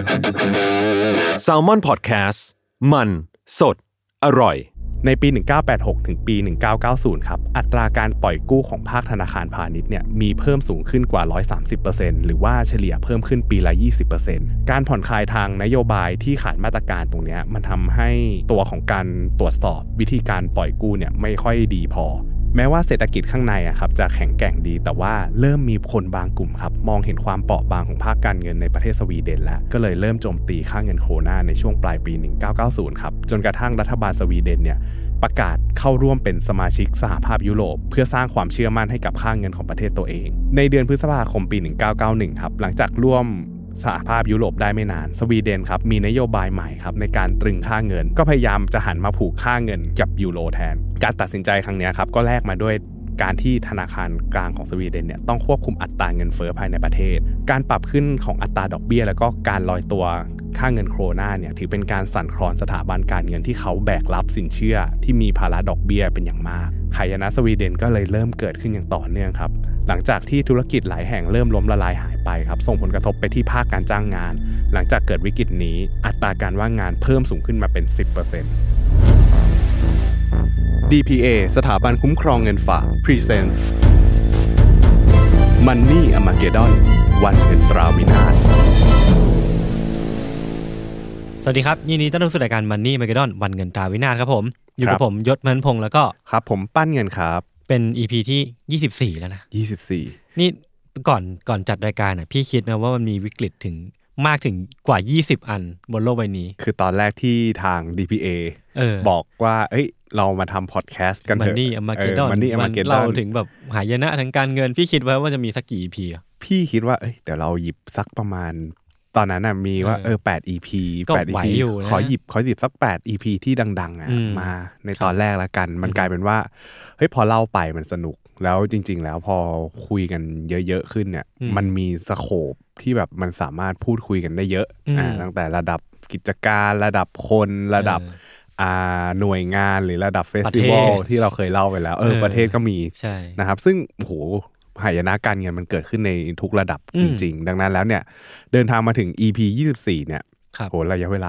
Salmon Podcast มันสดอร่อยในปี1986ถึงปี1990ครับอัตราการปล่อยกู้ของภาคธนาคารพาณิชย์เนี่ยมีเพิ่มสูงขึ้นกว่า 130% หรือว่าเฉลี่ยเพิ่มขึ้นปีละ 20% การผ่อนคลายทางนโยบายที่ขาดมาตรการตรงนี้มันทำให้ตัวของการตรวจสอบวิธีการปล่อยกู้เนี่ยไม่ค่อยดีพอแม้ว่าเศรษฐกิจข้างในครับจะแข็งแกร่งดีแต่ว่าเริ่มมีคนบางกลุ่มครับมองเห็นความเปราะบางของภาคการเงินในประเทศสวีเดนแล้วก็เลยเริ่มโจมตีค่าเงินโครนาในช่วงปลายปี1990ครับจนกระทั่งรัฐบาลสวีเดนเนี่ยประกาศเข้าร่วมเป็นสมาชิกสหภาพยุโรปเพื่อสร้างความเชื่อมั่นให้กับค่าเงินของประเทศตัวเองในเดือนพฤษภาคมปี1991ครับหลังจากร่วมสหภาพยุโรปได้ไม่นานสวีเดนครับมีนโยบายใหม่ครับในการตรึงค่าเงินก็พยายามจะหันมาผูกค่าเงินกับยูโรแทนการตัดสินใจครั้งนี้ครับก็แลกมาด้วยการที่ธนาคารกลางของสวีเดนเนี่ยต้องควบคุมอัตราเงินเฟ้อภายในประเทศการปรับขึ้นของอัตราดอกเบี้ยแล้วก็การลอยตัวค่าเงินโครนาเนี่ยถือเป็นการสั่นคลอนสถาบันการเงินที่เขาแบกรับสินเชื่อที่มีภาระดอกเบี้ยเป็นอย่างมากหายนะสวีเดนก็เลยเริ่มเกิดขึ้นอย่างต่อเนื่องครับหลังจากที่ธุรกิจหลายแห่งเริ่มล้มละลายหายไปครับส่งผลกระทบไปที่ภาคการจ้างงานหลังจากเกิดวิกฤตนี้อัตราการว่างงานเพิ่มสูงขึ้นมาเป็น 10% DPA สถาบันคุ้มครองเงินฝาก Presents Money Armageddon วันเงินตราวินาศสวัสดีครับยินดีต้อนรับสู่รายการ Money Armageddon วันเงินตราวินาศครับผมอยู่กับผมยศมันพงษ์แล้วก็ครับผมปั้นเงินครับเป็น EP ที่24แล้วนะ24นี่ก่อนจัดรายการพี่คิดนะว่ามันมีวิกฤตถึงมากถึงกว่า20อันบนโลกใบนี้คือตอนแรกที่ทาง DPA บอกว่าเรามาทำพอดแคสต์กันเถอะ Money Armageddon เราถึงแบบหายนะทางการเงินพี่คิดไว้ว่าจะมีสักกี่ EP อ่ะพี่คิดว่าเดี๋ยวเราหยิบสักประมาณตอนนั้นน่ะมีว่า8 EP 8 EP ขอหยิบสัก8 EP ที่ดังๆมาในตอนแรกละกันมันกลายเป็นว่าพอเล่าไปมันสนุกแล้วจริงๆแล้วพอคุยกันเยอะๆขึ้นเนี่ยมันมีสโคปที่แบบมันสามารถพูดคุยกันได้เยอะตั้งแต่ระดับกิจการระดับคนระดับหน่วยงานหรือระดับเฟสติวัลที่เราเคยเล่าไปแล้วประเทศก็มีนะครับซึ่งโหหายนะการเงินมันเกิดขึ้นในทุกระดับจริงๆดังนั้นแล้วเนี่ยเดินทางมาถึง EP 24เนี่ยโหระยะเวลา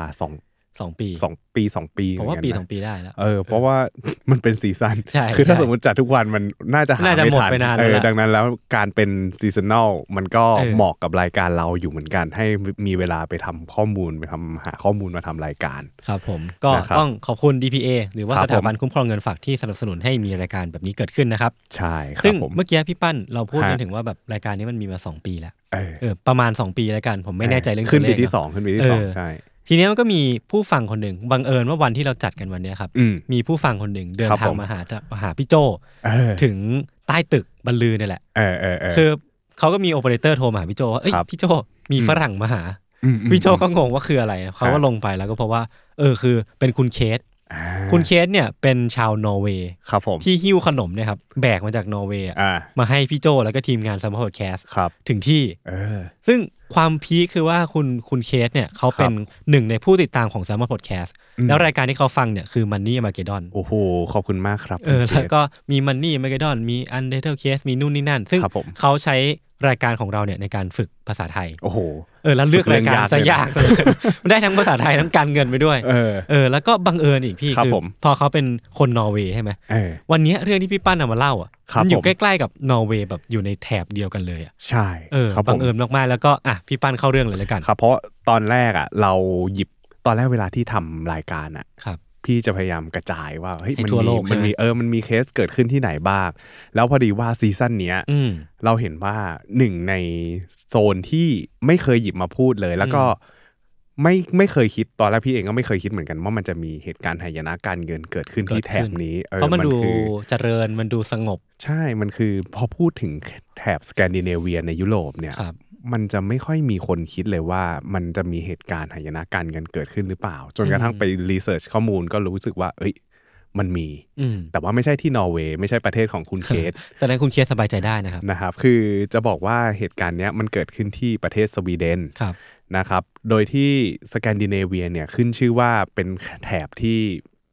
2 ปีผมว่าปี2ปีได้แล้วเพราะว่ามันเป็นซีซั่นคือถ้าสมมติจัดทุกวันมันน่าจะหาไม่ทันดังนั้นแล้วการเป็นซีซันนอลมันก็เหมาะกับรายการเราอยู่เหมือนกันให้มีเวลาไปทำข้อมูลไปหาข้อมูลมาทำรายการครับผมก็ต้องขอบคุณ DPA หรือว่าสถาบันคุ้มครองเงินฝากที่สนับสนุนให้มีรายการแบบนี้เกิดขึ้นนะครับใช่ครับซึ่งเมื่อกี้พี่ปั้นเราพูดกันถึงว่าแบบรายการนี้มันมีมา2ปีแล้วประมาณ2ปีแล้วกันผมไม่แน่ใจเรื่องขึ้นปีที่2ใช่ทีนี้มันก็มีผู้ฟังคนหนึ่งบังเอิญว่าวันที่เราจัดกันวันนี้ครับมีผู้ฟังคนหนึ่งเดินทางมาหาพี่โจถึงใต้ตึกบรรลือนี่แหละคือเขาก็มีโอเปอเรเตอร์โทรมาหาพี่โจว่าพี่โจมีฝรั่งมาหาพี่โจก็งงว่าคืออะไรเขาก็ลงไปแล้วก็เพราะว่าคือเป็นคุณเคสเนี่ยเป็นชาวนอร์เวย์ที่หิ้วขนมเนี่ยครับแบกมาจากนอร์เวย์มาให้พี่โจแล้วก็ทีมงานซัมเมอร์พอดแคสต์ถึงที่ซึ่งความพีคคือว่าคุณเคสเนี่ยเขาเป็นหนึ่งในผู้ติดตามของ Salmon Podcast แล้วรายการที่เขาฟังเนี่ยคือ Money Armageddon โอ้โหขอบคุณมากครับแล้วก็มี Money Armageddon มี Untitled Case มีนู่นนี่นั่นซึ่งเขาใช้รายการของเราเนี่ยในการฝึกภาษาไทยโอ้โหแล้วเลือกรายการซะยากเลยมันได้ทั้งภาษาไทยทั้งการเงินไปด้วยแล้วก็บังเอิญอีกพี่คือพอเขาเป็นคนนอร์เวย์ใช่ไหมวันนี้เรื่องที่พี่ปั้นเอามาเล่ามันอยู่ใกล้ๆกับนอร์เวย์แบบอยู่ในแถบเดียวกันเลยใช่บังเอิญมากๆแล้วก็พี่ปั้นเข้าเรื่องเลยแล้วกันครับเพราะตอนแรกเราหยิบตอนแรกเวลาที่ทำรายการพี่จะพยายามกระจายว่ามันมีเคสเกิดขึ้นที่ไหนบ้างแล้วพอดีว่าซีซั่นเนี้ยเราเห็นว่าหนึ่งในโซนที่ไม่เคยหยิบมาพูดเลยแล้วก็ไม่เคยคิดตอนแรกพี่เองก็ไม่เคยคิดเหมือนกันว่ามันจะมีเหตุการณ์หายนะการเงินเกิดขึ้นที่แถบนี้เพราะมันดูเจริญมันดูสงบใช่มันคือพอพูดถึงแถบสแกนดิเนเวียในยุโรปเนี่ยมันจะไม่ค่อยมีคนคิดเลยว่ามันจะมีเหตุการณ์หายนะการเงินเกิดขึ้นหรือเปล่าจนกระทั่งไปรีเสิร์ชข้อมูลก็รู้สึกว่ามันมีแต่ว่าไม่ใช่ที่นอร์เวย์ไม่ใช่ประเทศของคุณเคสแสดงคุณเคสสบายใจได้นะครับคือจะบอกว่าเหตุการณ์นี้มันเกิดขึ้นที่ประเทศสวีเดนนะครับโดยที่สแกนดิเนเวียเนี่ยขึ้นชื่อว่าเป็นแถบที่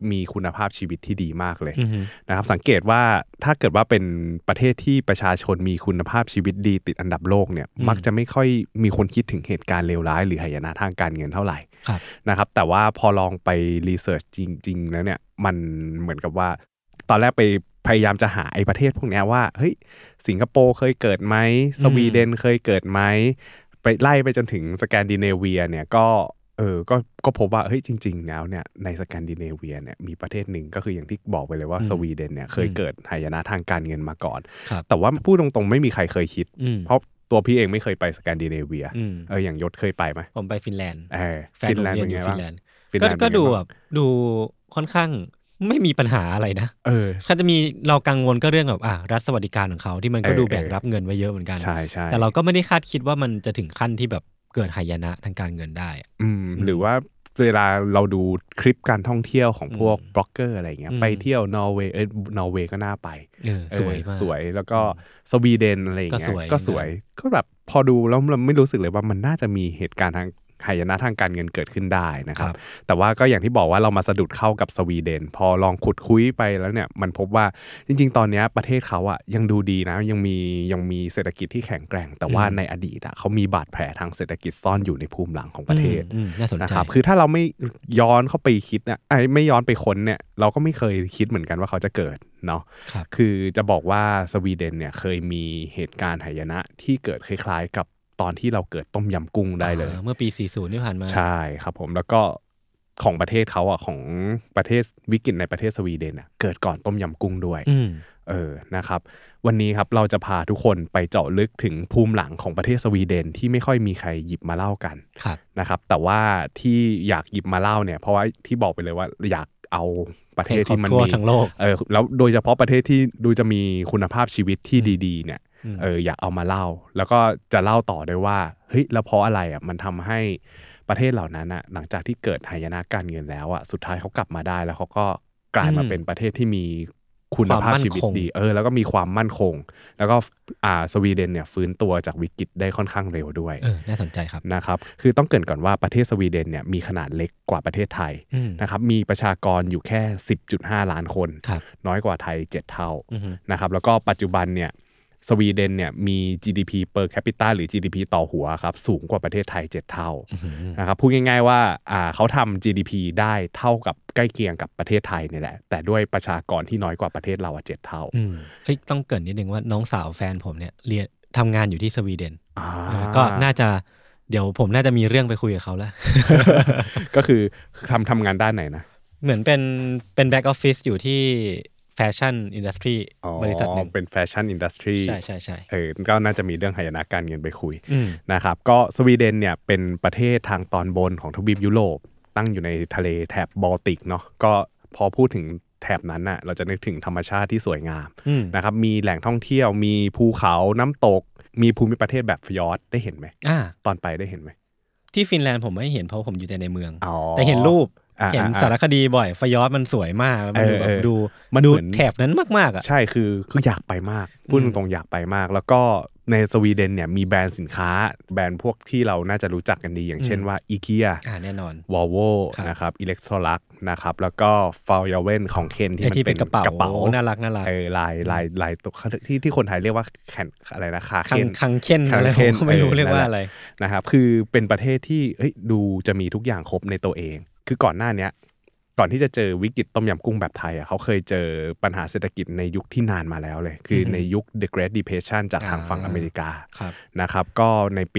มีคุณภาพชีวิตที่ดีมากเลยนะครับสังเกตว่าถ้าเกิดว่าเป็นประเทศที่ประชาชนมีคุณภาพชีวิตดีติดอันดับโลกเนี่ยมักจะไม่ค่อยมีคนคิดถึงเหตุการณ์เลวร้ายหรือหายนะทางการเงินเท่าไหร่นะครับแต่ว่าพอลองไปรีเสิร์ชจริงๆแล้วเนี่ยมันเหมือนกับว่าตอนแรกไปพยายามจะหาไอ้ประเทศพวกนี้ว่าเฮ้ยสิงคโปร์เคยเกิดไหมสวีเดนเคยเกิดไหมไปไล่ไปจนถึงสแกนดิเนเวียเนี่ยก็พบว่าเฮ้ยจริงๆแล้วเนี่ยในสแกนดิเนเวียเนี่ยมีประเทศหนึ่งก็คืออย่างที่บอกไปเลยว่าสวีเดนเนี่ยเคยเกิดหายนะทางการเงินมาก่อนแต่ว่าพูดตรงๆไม่มีใครเคยคิดเพราะตัวพี่เองไม่เคยไปสแกนดิเนเวียอย่างยศเคยไปไหมผมไปฟินแลนด์แฟนผมเรียนอยู่ฟินแลนด์ก็ดูแบบดูค่อนข้างไม่มีปัญหาอะไรนะถ้าจะมีเรากังวลก็เรื่องแบบรัฐสวัสดิการของเขาที่มันก็ดูแบกรับเงินไว้เยอะเหมือนกันใช่แต่เราก็ไม่ได้คาดคิดว่ามันจะถึงขั้นที่แบบเกิดหายนะทางการเงินได้หรือว่าเวลาเราดูคลิปการท่องเที่ยวของพวกบล็อกเกอร์อะไรเงี้ยไปเที่ยวนอร์เวย์นอร์เวย์ก็น่าไปสวยมากสวยแล้วก็สวีเดนอะไรเงี้ยก็สวยก็แบบพอดูแล้วเราไม่รู้สึกเลยว่ามันน่าจะมีเหตุการณ์ทางหายนะทางการเงินเกิดขึ้นได้นะครับแต่ว่าก็อย่างที่บอกว่าเรามาสะดุดเข้ากับสวีเดนพอลองขุดคุยไปแล้วเนี่ยมันพบว่าจริงๆตอนนี้ประเทศเขาอ่ะยังดูดีนะยังมีเศรษฐกิจที่แข็งแกร่งแต่ว่าในอดีตอ่ะเขามีบาดแผลทางเศรษฐกิจซ่อนอยู่ในภูมิหลังของประเทศนะครับคือถ้าเราไม่ย้อนเข้าไปคิดนะไม่ย้อนไปค้นเนี่ยเราก็ไม่เคยคิดเหมือนกันว่าเขาจะเกิดเนาะคือจะบอกว่าสวีเดนเนี่ยเคยมีเหตุการณ์หายนะที่เกิดคล้ายๆกับตอนที่เราเกิดต้มยำกุ้งได้เลยเมื่อปี40ที่ผ่านมาใช่ครับผมแล้วก็ของประเทศเขาอ่ะของประเทศวิกฤตในประเทศสวีเดนอ่ะเกิดก่อนต้มยำกุ้งด้วยนะครับวันนี้ครับเราจะพาทุกคนไปเจาะลึกถึงภูมิหลังของประเทศสวีเดนที่ไม่ค่อยมีใครหยิบมาเล่ากันนะครับแต่ว่าที่อยากหยิบมาเล่าเนี่ยเพราะว่าที่บอกไปเลยว่าอยากเอาประเทศที่มันมีทั้งโลกแล้วโดยเฉพาะประเทศที่ดูจะมีคุณภาพชีวิตที่ดีๆเนี่ยอยากเอามาเล่าแล้วก็จะเล่าต่อด้วยว่าเฮ้ยแล้วเพราะอะไรอ่ะมันทำให้ประเทศเหล่านั้นอ่ะหลังจากที่เกิดหายนะการเงินแล้วอ่ะสุดท้ายเขากลับมาได้แล้วเขาก็กลายมาเป็นประเทศที่มีคุณภาพชีวิตดีแล้วก็มีความมั่นคงแล้วก็สวีเดนเนี่ยฟื้นตัวจากวิกฤตได้ค่อนข้างเร็วด้วยน่าสนใจครับนะครับคือต้องเกริ่นก่อนว่าประเทศสวีเดนเนี่ยมีขนาดเล็กกว่าประเทศไทยนะครับมีประชากรอยู่แค่ 10.5 ล้านคนน้อยกว่าไทย7เท่านะครับแล้วก็ปัจจุบันเนี่ยสวีเดนเนี่ยมี GDP per capita หรือ GDP ต่อหัวครับสูงกว่าประเทศไทย7เท่านะครับพูดง่ายๆว่าเขาทำ GDP ได้เท่ากับใกล้เคียงกับประเทศไทยนี่แหละแต่ด้วยประชากรที่น้อยกว่าประเทศเรา7เท่าต้องเกริ่นนิดนึงว่าน้องสาวแฟนผมเนี่ยเรียนทำงานอยู่ที่สวีเดนก็น่าจะเดี๋ยวผมน่าจะมีเรื่องไปคุยกับเขาแล้วก็คือทำงานด้านไหนนะเหมือนเป็นแบ็กออฟฟิศอยู่ที่แฟชั่นอินดัสทรีบริษัทหนึ่งเป็นแฟชั่นอินดัสทรีใช่ก็น่าจะมีเรื่องหายนะการเงินไปคุยนะครับก็สวีเดนเนี่ยเป็นประเทศทางตอนบนของทวีปยุโรปตั้งอยู่ในทะเลแถบบอลติกเนาะก็พอพูดถึงแถบนั้นน่ะเราจะนึกถึงธรรมชาติที่สวยงามนะครับมีแหล่งท่องเที่ยวมีภูเขาน้ำตกมีภูมิประเทศแบบฟยอร์ดได้เห็นไหมตอนไปได้เห็นไหมที่ฟินแลนด์ผมไม่เห็นเพราะผมอยู่แต่ในเมืองแต่เห็นรูปเห็นสารคดีบ่อยฟยอร์ดมันสวยมากแล้วมันดูแถบนั้นมากๆอ่ะใช่คืออยากไปมากพูดตรงๆอยากไปมากแล้วก็ในสวีเดนเนี่ยมีแบรนด์สินค้าแบรนด์พวกที่เราน่าจะรู้จักกันดีอย่างเช่นว่า IKEA แน่นอน Volvo นะครับ Electrolux นะครับแล้วก็ Volkswagen ของเคนที่มันเป็นกระเป๋าน่ารักลายตัวที่คนไทยเรียกว่าแขนอะไรนะขาเคนคังเคนอะไรผมไม่รู้เรียกว่าอะไรนะครับคือเป็นประเทศที่ดูจะมีทุกอย่างครบในตัวเองคือก่อนหน้านี้ก่อนที่จะเจอวิกฤตต้มยำกุ้งแบบไทยเขาเคยเจอปัญหาเศรษฐกิจในยุคที่นานมาแล้วเลยคือในยุค The Great Depression จากทางฝั่งอเมริกานะครับก็ในปี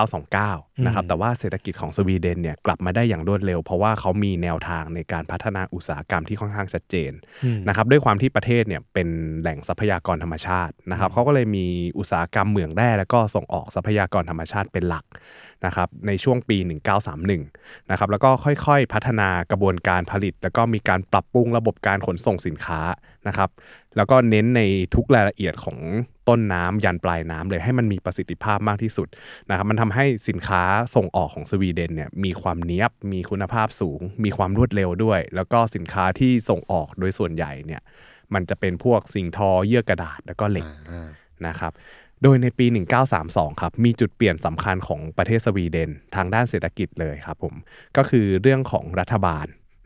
1929นะครับแต่ว่าเศรษฐกิจของสวีเดนเนี่ยกลับมาได้อย่างรวดเร็วเพราะว่าเขามีแนวทางในการพัฒนาอุตสาหกรรมที่ค่อนข้างชัดเจนนะครับด้วยความที่ประเทศเนี่ยเป็นแหล่งทรัพยากรธรรมชาตินะครับเขาก็เลยมีอุตสาหกรรมเหมืองแร่แล้วก็ส่งออกทรัพยากรธรรมชาติเป็นหลักนะครับในช่วงปี 1931นะครับแล้วก็ค่อยๆพัฒนากระบวนการผลิตแล้วก็มีการปรับปรุงระบบการขนส่งสินค้านะครับแล้วก็เน้นในทุกรายละเอียดของต้นน้ำยันปลายน้ำเลยให้มันมีประสิทธิภาพมากที่สุดนะครับมันทำให้สินค้าส่งออกของสวีเดนเนี่ยมีความเนี้ยบมีคุณภาพสูงมีความรวดเร็วด้วยแล้วก็สินค้าที่ส่งออกโดยส่วนใหญ่เนี่ยมันจะเป็นพวกสิ่งทอเยื่อกระดาษแล้วก็เหล็กนะครับโดยในปี 1932 ครับมีจุดเปลี่ยนสำคัญของประเทศสวีเดนทางด้านเศรษฐกิจเลยครับผมก็คือเรื่องของรัฐบาล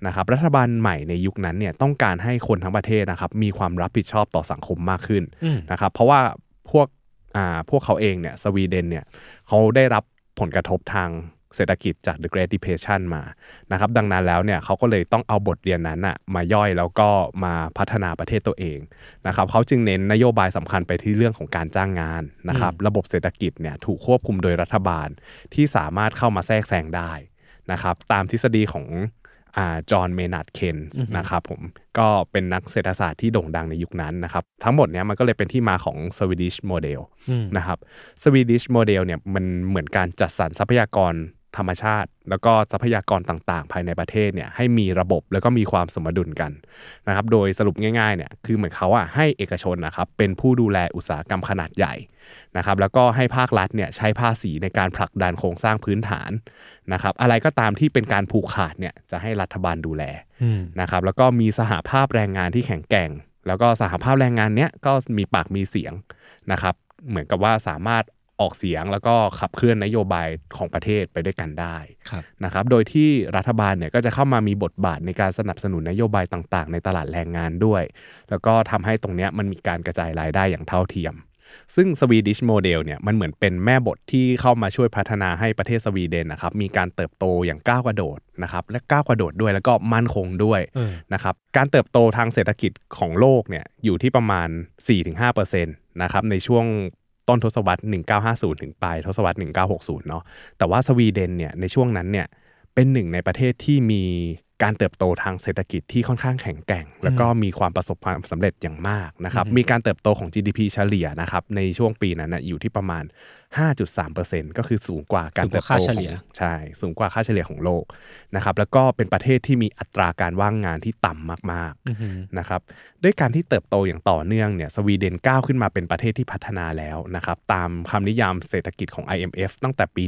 นะครับรัฐบาลใหม่ในยุคนั้นเนี่ยต้องการให้คนทั้งประเทศนะครับมีความรับผิดชอบต่อสังคมมากขึ้นนะครับเพราะว่าพวกเขาเองเนี่ยสวีเดนเนี่ยเขาได้รับผลกระทบทางเศรษฐกิจจาก The Great Depression มานะครับดังนั้นแล้วเนี่ยเขาก็เลยต้องเอาบทเรียนนั้นนะมาย่อยแล้วก็มาพัฒนาประเทศตัวเองนะครับเขาจึงเน้นนโยบายสำคัญไปที่เรื่องของการจ้างงานนะครับระบบเศรษฐกิจเนี่ยถูกควบคุมโดยรัฐบาลที่สามารถเข้ามาแทรกแซงได้นะครับตามทฤษฎีของจอห์นเมนาร์ดเคนส์นะครับผมก็เป็นนักเศรษฐศาสตร์ที่โด่งดังในยุคนั้นนะครับทั้งหมดเนี้ยมันก็เลยเป็นที่มาของสวีดิชโมเดลนะครับสวีดิชโมเดลเนี่ยมันเหมือนการจัดสรรทรัพยากรธรรมชาติแล้วก็ทรัพยากรต่างๆภายในประเทศเนี่ยให้มีระบบแล้วก็มีความสมดุลกันนะครับโดยสรุปง่ายๆเนี่ยคือเหมือนเขาให้เอกชนนะครับเป็นผู้ดูแลอุตสาหกรรมขนาดใหญ่นะครับแล้วก็ให้ภาครัฐเนี่ยใช้ภาษีในการผลักดันโครงสร้างพื้นฐานนะครับอะไรก็ตามที่เป็นการผูกขาดเนี่ยจะให้รัฐบาลดูแลนะครับแล้วก็มีสหภาพแรงงานที่แข็งแกร่งแล้วก็สหภาพแรงงานเนี้ยก็มีปากมีเสียงนะครับเหมือนกับว่าสามารถออกเสียงแล้วก็ขับเคลื่อนนโยบายของประเทศไปด้วยกันได้นะครับโดยที่รัฐบาลเนี่ยก็จะเข้ามามีบทบาทในการสนับสนุนนโยบายต่างๆในตลาดแรงงานด้วยแล้วก็ทำให้ตรงเนี้ยมันมีการกระจายรายได้อย่างเท่าเทียมซึ่งสวีดิชโมเดลเนี่ยมันเหมือนเป็นแม่บทที่เข้ามาช่วยพัฒนาให้ประเทศสวีเดนนะครับมีการเติบโตอย่างก้าวกระโดดนะครับและก้าวกระโดดด้วยแล้วก็มั่นคงด้วยนะครับการเติบโตทางเศรษฐกิจของโลกเนี่ยอยู่ที่ประมาณ 4-5% นะครับในช่วงต้นทศวรรษ1950ถึงปลายทศวรรษ1960เนาะแต่ว่าสวีเดนเนี่ยในช่วงนั้นเนี่ยเป็นหนึ่งในประเทศที่มีการเติบโตทางเศรษฐกิจที่ค่อนข้างแข็งแกร่งแล้วก็มีความประสบความสำเร็จอย่างมากนะครับมีการเติบโตของ GDP เฉลี่ยนะครับในช่วงปีนั้นนะอยู่ที่ประมาณ 5.3% ก็คือสูงกว่าการเติบโตของใช่สูงกว่าค่าเฉลี่ยของโลกนะครับแล้วก็เป็นประเทศที่มีอัตราการว่างงานที่ต่ำมากๆนะครับด้วยการที่เติบโตอย่างต่อเนื่องเนี่ยสวีเดนก้าวขึ้นมาเป็นประเทศที่พัฒนาแล้วนะครับตามคำนิยามเศรษฐกิจของ IMF ตั้งแต่ปี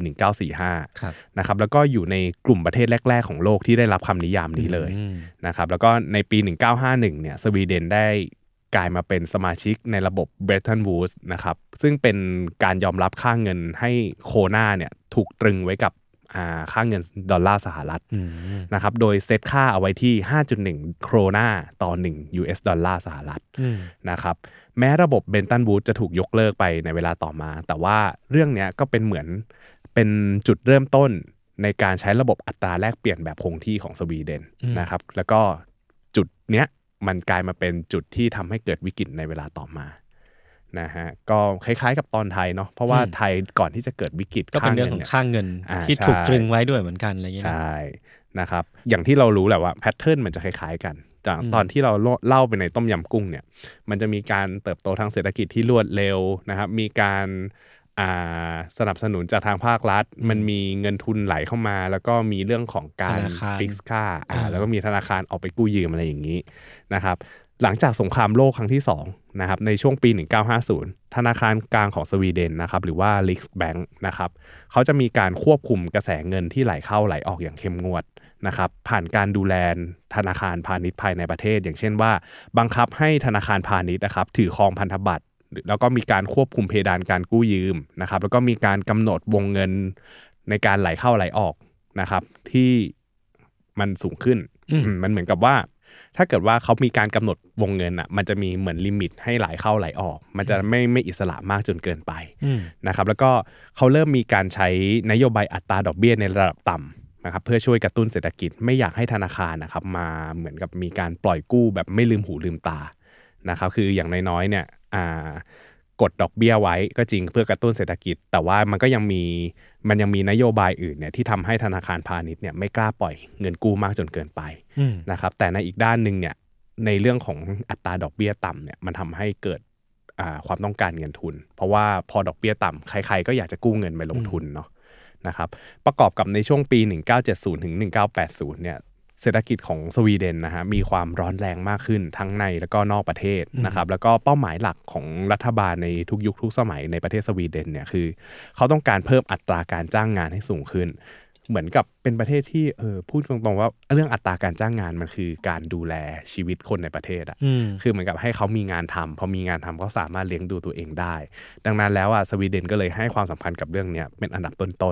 1945นะครับแล้วก็อยู่ในกลุ่มประเทศแรกๆของโลกที่ได้รับคำนิยามนี้เลยนะครับแล้วก็ในปี 1951เนี่ยสวีเดนได้กลายมาเป็นสมาชิกในระบบ Bretton Woods นะครับซึ่งเป็นการยอมรับค่าเงินให้โคน่าเนี่ยถูกตรึงไว้กับค่าเงินดอลลาร์สหรัฐนะครับโดยเซตค่าเอาไว้ที่ 5.1 โครนาต่อ1 US ดอลลาร์สหรัฐนะครับแม้ระบบ Bretton Woods จะถูกยกเลิกไปในเวลาต่อมาแต่ว่าเรื่องนี้ก็เป็นเหมือนเป็นจุดเริ่มต้นในการใช้ระบบอัตราแลกเปลี่ยนแบบคงที่ของสวีเดนนะครับแล้วก็จุดเนี้ยมันกลายมาเป็นจุดที่ทำให้เกิดวิกฤตในเวลาต่อมานะฮะก็คล้ายๆกับตอนไทยเนาะเพราะว่าไทยก่อนที่จะเกิดวิกฤตก็เป็นเรื่องของค่าเงินที่ถูกตรึงไว้ด้วยเหมือนกันอะไรอย่างเงี้ยใช่นะครับอย่างที่เรารู้แหละว่าแพทเทิร์นมันจะคล้ายๆกันจากตอนที่เราเล่าไปในต้มยำกุ้งเนี่ยมันจะมีการเติบโตทางเศรษฐกิจที่รวดเร็วนะครับมีการสนับสนุนจากทางภาครัฐมันมีเงินทุนไหลเข้ามาแล้วก็มีเรื่องของการฟิกซ์ค่าแล้วก็มีธนาคารออกไปกู้ยืมอะไรอย่างนี้นะครับหลังจากสงครามโลกครั้งที่2นะครับในช่วงปี 1950ธนาคารกลางของสวีเดนนะครับหรือว่า Riksbank นะครับเขาจะมีการควบคุมกระแสเงินที่ไหลเข้าไหลออกอย่างเข้มงวดนะครับผ่านการดูแลธนาคารพาณิชย์ภายในประเทศอย่างเช่นว่าบังคับให้ธนาคารพาณิชย์นะครับถือครองพันธบัตรแล้วก็มีการควบคุมเพดานการกู้ยืมนะครับแล้วก็มีการกำหนดวงเงินในการไหลเข้าไหลออกนะครับที่มันสูงขึ้นมันเหมือนกับว่าถ้าเกิดว่าเขามีการกำหนดวงเงินมันจะมีเหมือนลิมิตให้ไหลเข้าไหลออกมันจะไม่อิสระมากจนเกินไปนะครับแล้วก็เขาเริ่มมีการใช้นโยบายอัตราดอกเบี้ยในระดับต่ำนะครับเพื่อช่วยกระตุ้นเศรษฐกิจไม่อยากให้ธนาคารนะครับมาเหมือนกับมีการปล่อยกู้แบบไม่ลืมหูลืมตานะครับคืออย่างน้อยๆเนี่ยกดดอกเบี้ยไว้ก็จริงเพื่อกระตุ้นเศรษฐกิจแต่ว่ามันก็ยังมีนโยบายอื่นเนี่ยที่ทำให้ธนาคารพาณิชย์เนี่ยไม่กล้าปล่อยเงินกู้มากจนเกินไปนะครับแต่ในอีกด้านนึงเนี่ยในเรื่องของอัตราดอกเบี้ยต่ำเนี่ยมันทำให้เกิดความต้องการเงินทุนเพราะว่าพอดอกเบี้ยต่ำใครๆก็อยากจะกู้เงินไปลงทุนเนาะนะครับประกอบกับในช่วงปี 1970 ถึง 1980 เนี่ยเศรษฐกิจของสวีเดนนะฮะมีความร้อนแรงมากขึ้นทั้งในแล้วก็นอกประเทศนะครับแล้วก็เป้าหมายหลักของรัฐบาลในทุกยุคทุกสมัยในประเทศสวีเดนเนี่ยคือเขาต้องการเพิ่มอัตราการจ้างงานให้สูงขึ้นเหมือนกับเป็นประเทศที่พูดตรงๆว่าเรื่องอัตราการจ้างงานมันคือการดูแลชีวิตคนในประเทศคือเหมือนกับให้เขามีงานทำพอมีงานทำเขาสามารถเลี้ยงดูตัวเองได้ดังนั้นแล้วสวีเดนก็เลยให้ความสำคัญกับเรื่องนี้เป็นอันดับต้น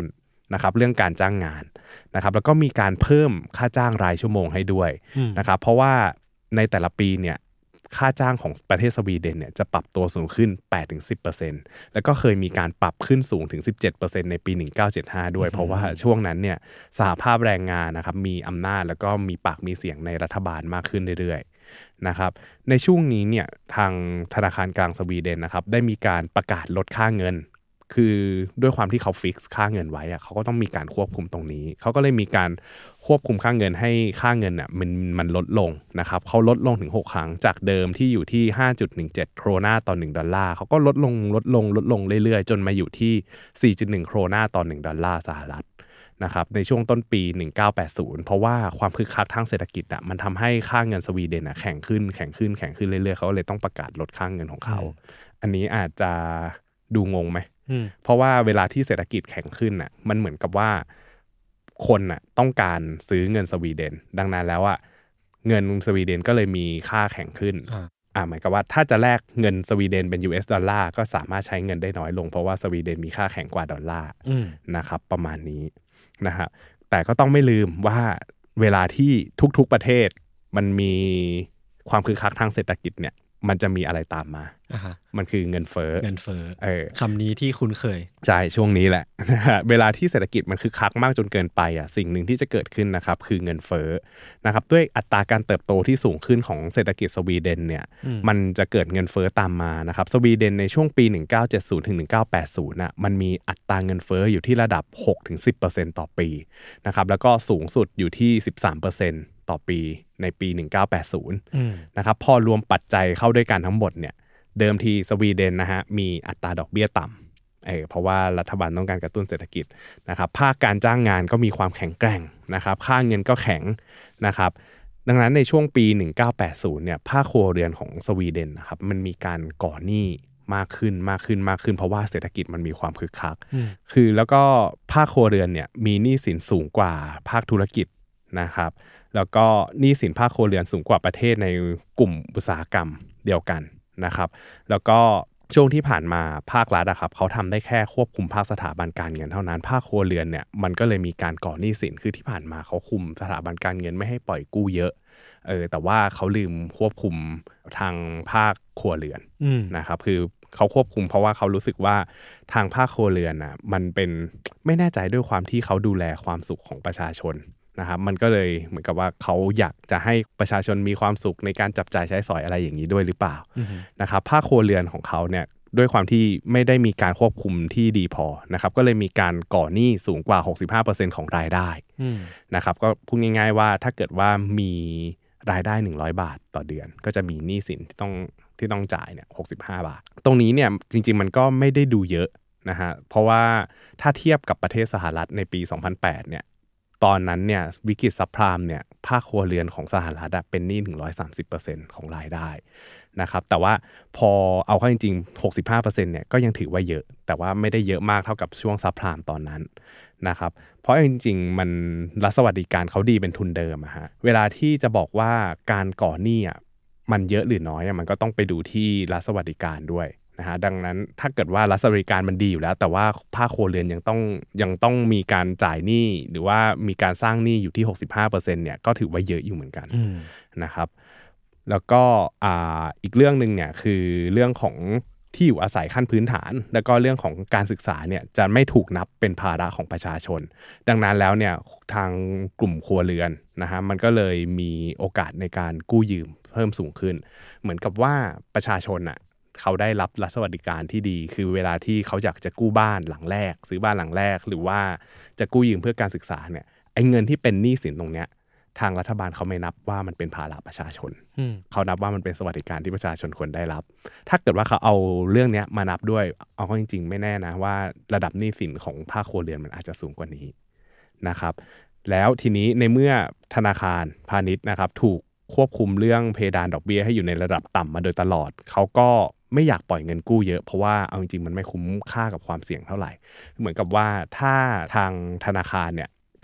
นะครับเรื่องการจ้างงานนะครับแล้วก็มีการเพิ่มค่าจ้างรายชั่วโมงให้ด้วยนะครับเพราะว่าในแต่ละปีเนี่ยค่าจ้างของประเทศสวีเดนเนี่ยจะปรับตัวสูงขึ้น 8-10% แล้วก็เคยมีการปรับขึ้นสูงถึง 17% ในปี 1975 ด้วยเพราะว่าช่วงนั้นเนี่ยสหภาพแรงงานนะครับมีอำนาจแล้วก็มีปากมีเสียงในรัฐบาลมากขึ้นเรื่อยๆนะครับในช่วงนี้เนี่ยทางธนาคารกลางสวีเดนนะครับได้มีการประกาศลดค่าเงินคือด้วยความที่เขาฟิกซ์ค่าเงินไว้อะเขาก็ต้องมีการควบคุมตรงนี้เขาก็เลยมีการควบคุมค่าเงินให้ค่าเงินอ่ะมันลดลงนะครับเขาลดลงถึง6ครั้งจากเดิมที่อยู่ที่ 5.17 โครนาต่อ1ดอลลาร์เขาก็ลดลงเรื่อยๆจนมาอยู่ที่ 4.1 โครนาต่อ1ดอลลาร์สหรัฐนะครับในช่วงต้นปี 1980เพราะว่าความคึกคักทางเศรษฐกิจอ่ะมันทำให้ค่าเงินสวีเดนอ่ะแข็งขึ้นเรื่อยๆเขาเลยต้องประกาศลดค่าเงินของเขาอันนี้อาจจะดูงงไหมเพราะว่าเวลาที่เศรษฐกิจแข็งขึ้นน่ะมันเหมือนกับว่าคนน่ะต้องการซื้อเงินสวีเดนดังนั้นแล้วอ่ะเงินสวีเดนก็เลยมีค่าแข็งขึ้นหมายกับว่าถ้าจะแลกเงินสวีเดนเป็น US ดอลลาร์ก็สามารถใช้เงินได้น้อยลงเพราะว่าสวีเดนมีค่าแข็งกว่าดอลลาร์นะครับประมาณนี้นะฮะแต่ก็ต้องไม่ลืมว่าเวลาที่ทุกๆประเทศมันมีความคึกคักทางเศรษฐกิจเนี่ยมันจะมีอะไรตามมามันคือเงินเฟ้อคำนี้ที่คุ้นเคยใช่ช่วงนี้แหละนะฮะเวลาที่เศรษฐกิจมันคึกคักมากจนเกินไปสิ่งหนึ่งที่จะเกิดขึ้นนะครับคือเงินเฟ้อนะครับด้วยอัตราการเติบโตที่สูงขึ้นของเศรษฐกิจสวีเดนเนี่ยมันจะเกิดเงินเฟ้อตามมานะครับสวีเดนในช่วงปี 1970 ถึง 1980น่ะมันมีอัตราเงินเฟ้ออยู่ที่ระดับ 6-10% ต่อปีนะครับแล้วก็สูงสุดอยู่ที่ 13%ต่อปีในปี 1980นะครับพอรวมปัจจัยเข้าด้วยกันทั้งหมดเนี่ยเดิมทีสวีเดนนะฮะมีอัตราดอกเบี้ยต่ำเพราะว่ารัฐบาลต้องการกระตุ้นเศรษฐกิจนะครับภาคการจ้างงานก็มีความแข็งแกร่งนะครับค่าเงินก็แข็งนะครับดังนั้นในช่วงปี 1980เนี่ยภาคครัวเรือนของสวีเดนนะครับมันมีการก่อหนี้มากขึ้นเพราะว่าเศรษฐกิจมันมีความคึกคักคือแล้วก็ภาคครัวเรือนเนี่ยมีหนี้สินสูงกว่าภาคธุรกิจนะครับแล้วก็หนี้สินภาคครัวเรือนสูงกว่าประเทศในกลุ่มอุตสาหกรรมเดียวกันนะครับแล้วก็ช่วงที่ผ่านมาภาครัฐครับเขาทำได้แค่ควบคุมภาคสถาบันการเงินเท่านั้นภาคครัวเรือนเนี่ยมันก็เลยมีการก่อหนี้สินคือที่ผ่านมาเขาคุมสถาบันการเงินไม่ให้ปล่อยกู้เยอะแต่ว่าเขาลืมควบคุมทางภาคครัวเรือนนะครับคือเขาควบคุมเพราะว่าเขารู้สึกว่าทางภาคครัวเรือนน่ะมันเป็นไม่แน่ใจด้วยความที่เขาดูแลความสุขของประชาชนนะครับมันก็เลยเหมือนกับว่าเขาอยากจะให้ประชาชนมีความสุขในการจับจ่ายใช้สอยอะไรอย่างนี้ด้วยหรือเปล่านะครับภาคครัวเรือนของเขาเนี่ยด้วยความที่ไม่ได้มีการควบคุมที่ดีพอนะครับก็เลยมีการก่อหนี้สูงกว่า 65% ของรายได้นะครับก็พูดง่ายๆว่าถ้าเกิดว่ามีรายได้100 บาทต่อเดือนก็จะมีหนี้สินที่ต้องจ่ายเนี่ย65 บาทตรงนี้เนี่ยจริงๆมันก็ไม่ได้ดูเยอะนะฮะเพราะว่าถ้าเทียบกับประเทศสหรัฐในปี 2008 เนี่ยตอนนั้นเนี่ยวิกฤตซับไพรม์เนี่ยภาคครัวเรือนของสหรัฐเป็นหนี้ถึง 130% ของรายได้นะครับแต่ว่าพอเอาเข้าจริงๆ 65% เนี่ยก็ยังถือว่าเยอะแต่ว่าไม่ได้เยอะมากเท่ากับช่วงซับไพรม์ตอนนั้นนะครับเพราะจริงๆมันรัฐสวัสดิการเขาดีเป็นทุนเดิมอะฮะเวลาที่จะบอกว่าการก่อหนี้มันเยอะหรือน้อยมันก็ต้องไปดูที่รัฐสวัสดิการด้วยนะฮะดังนั้นถ้าเกิดว่ารัฐสวัสดิการมันดีอยู่แล้วแต่ว่าภาคครัวเรือนยังต้องมีการจ่ายหนี้หรือว่ามีการสร้างหนี้อยู่ที่ 65% เนี่ยก็ถือว่าเยอะอยู่เหมือนกันนะครับแล้วก็อีกเรื่องนึงเนี่ยคือเรื่องของที่อยู่อาศัยขั้นพื้นฐานแล้วก็เรื่องของการศึกษาเนี่ยจะไม่ถูกนับเป็นภาระของประชาชนดังนั้นแล้วเนี่ยทางกลุ่มครัวเรือนนะฮะมันก็เลยมีโอกาสในการกู้ยืมเพิ่มสูงขึ้นเหมือนกับว่าประชาชนเขาได้รับรัฐสวัสดิการที่ดีคือเวลาที่เขาอยากจะกู้บ้านหลังแรกซื้อบ้านหลังแรกหรือว่าจะกู้ยืมเพื่อการศึกษาเนี่ยไอ้เงินที่เป็นหนี้สินตรงเนี้ยทางรัฐบาลเขาไม่นับว่ามันเป็นภาระประชาชนเขานับว่ามันเป็นสวัสดิการที่ประชาชนควรได้รับถ้าเกิดว่าเขาเอาเรื่องนี้มานับด้วยเอาเข้าจริงๆไม่แน่นะว่าระดับหนี้สินของภาคครัวเรือนมันอาจจะสูงกว่านี้นะครับแล้วทีนี้ในเมื่อธนาคารพาณิชย์นะครับถูกควบคุมเรื่องเพดานดอกเบี้ยให้อยู่ในระดับต่ำมาโดยตลอดเขาก็ไม่อยากปล่อยเงินกู้เยอะเพราะว่าเอาจริงๆมันไม่คุ้มค่ากับความเสี่ยงเท่าไหร่เหมือนกับว่าถ้าทางธนาคารเนี่ย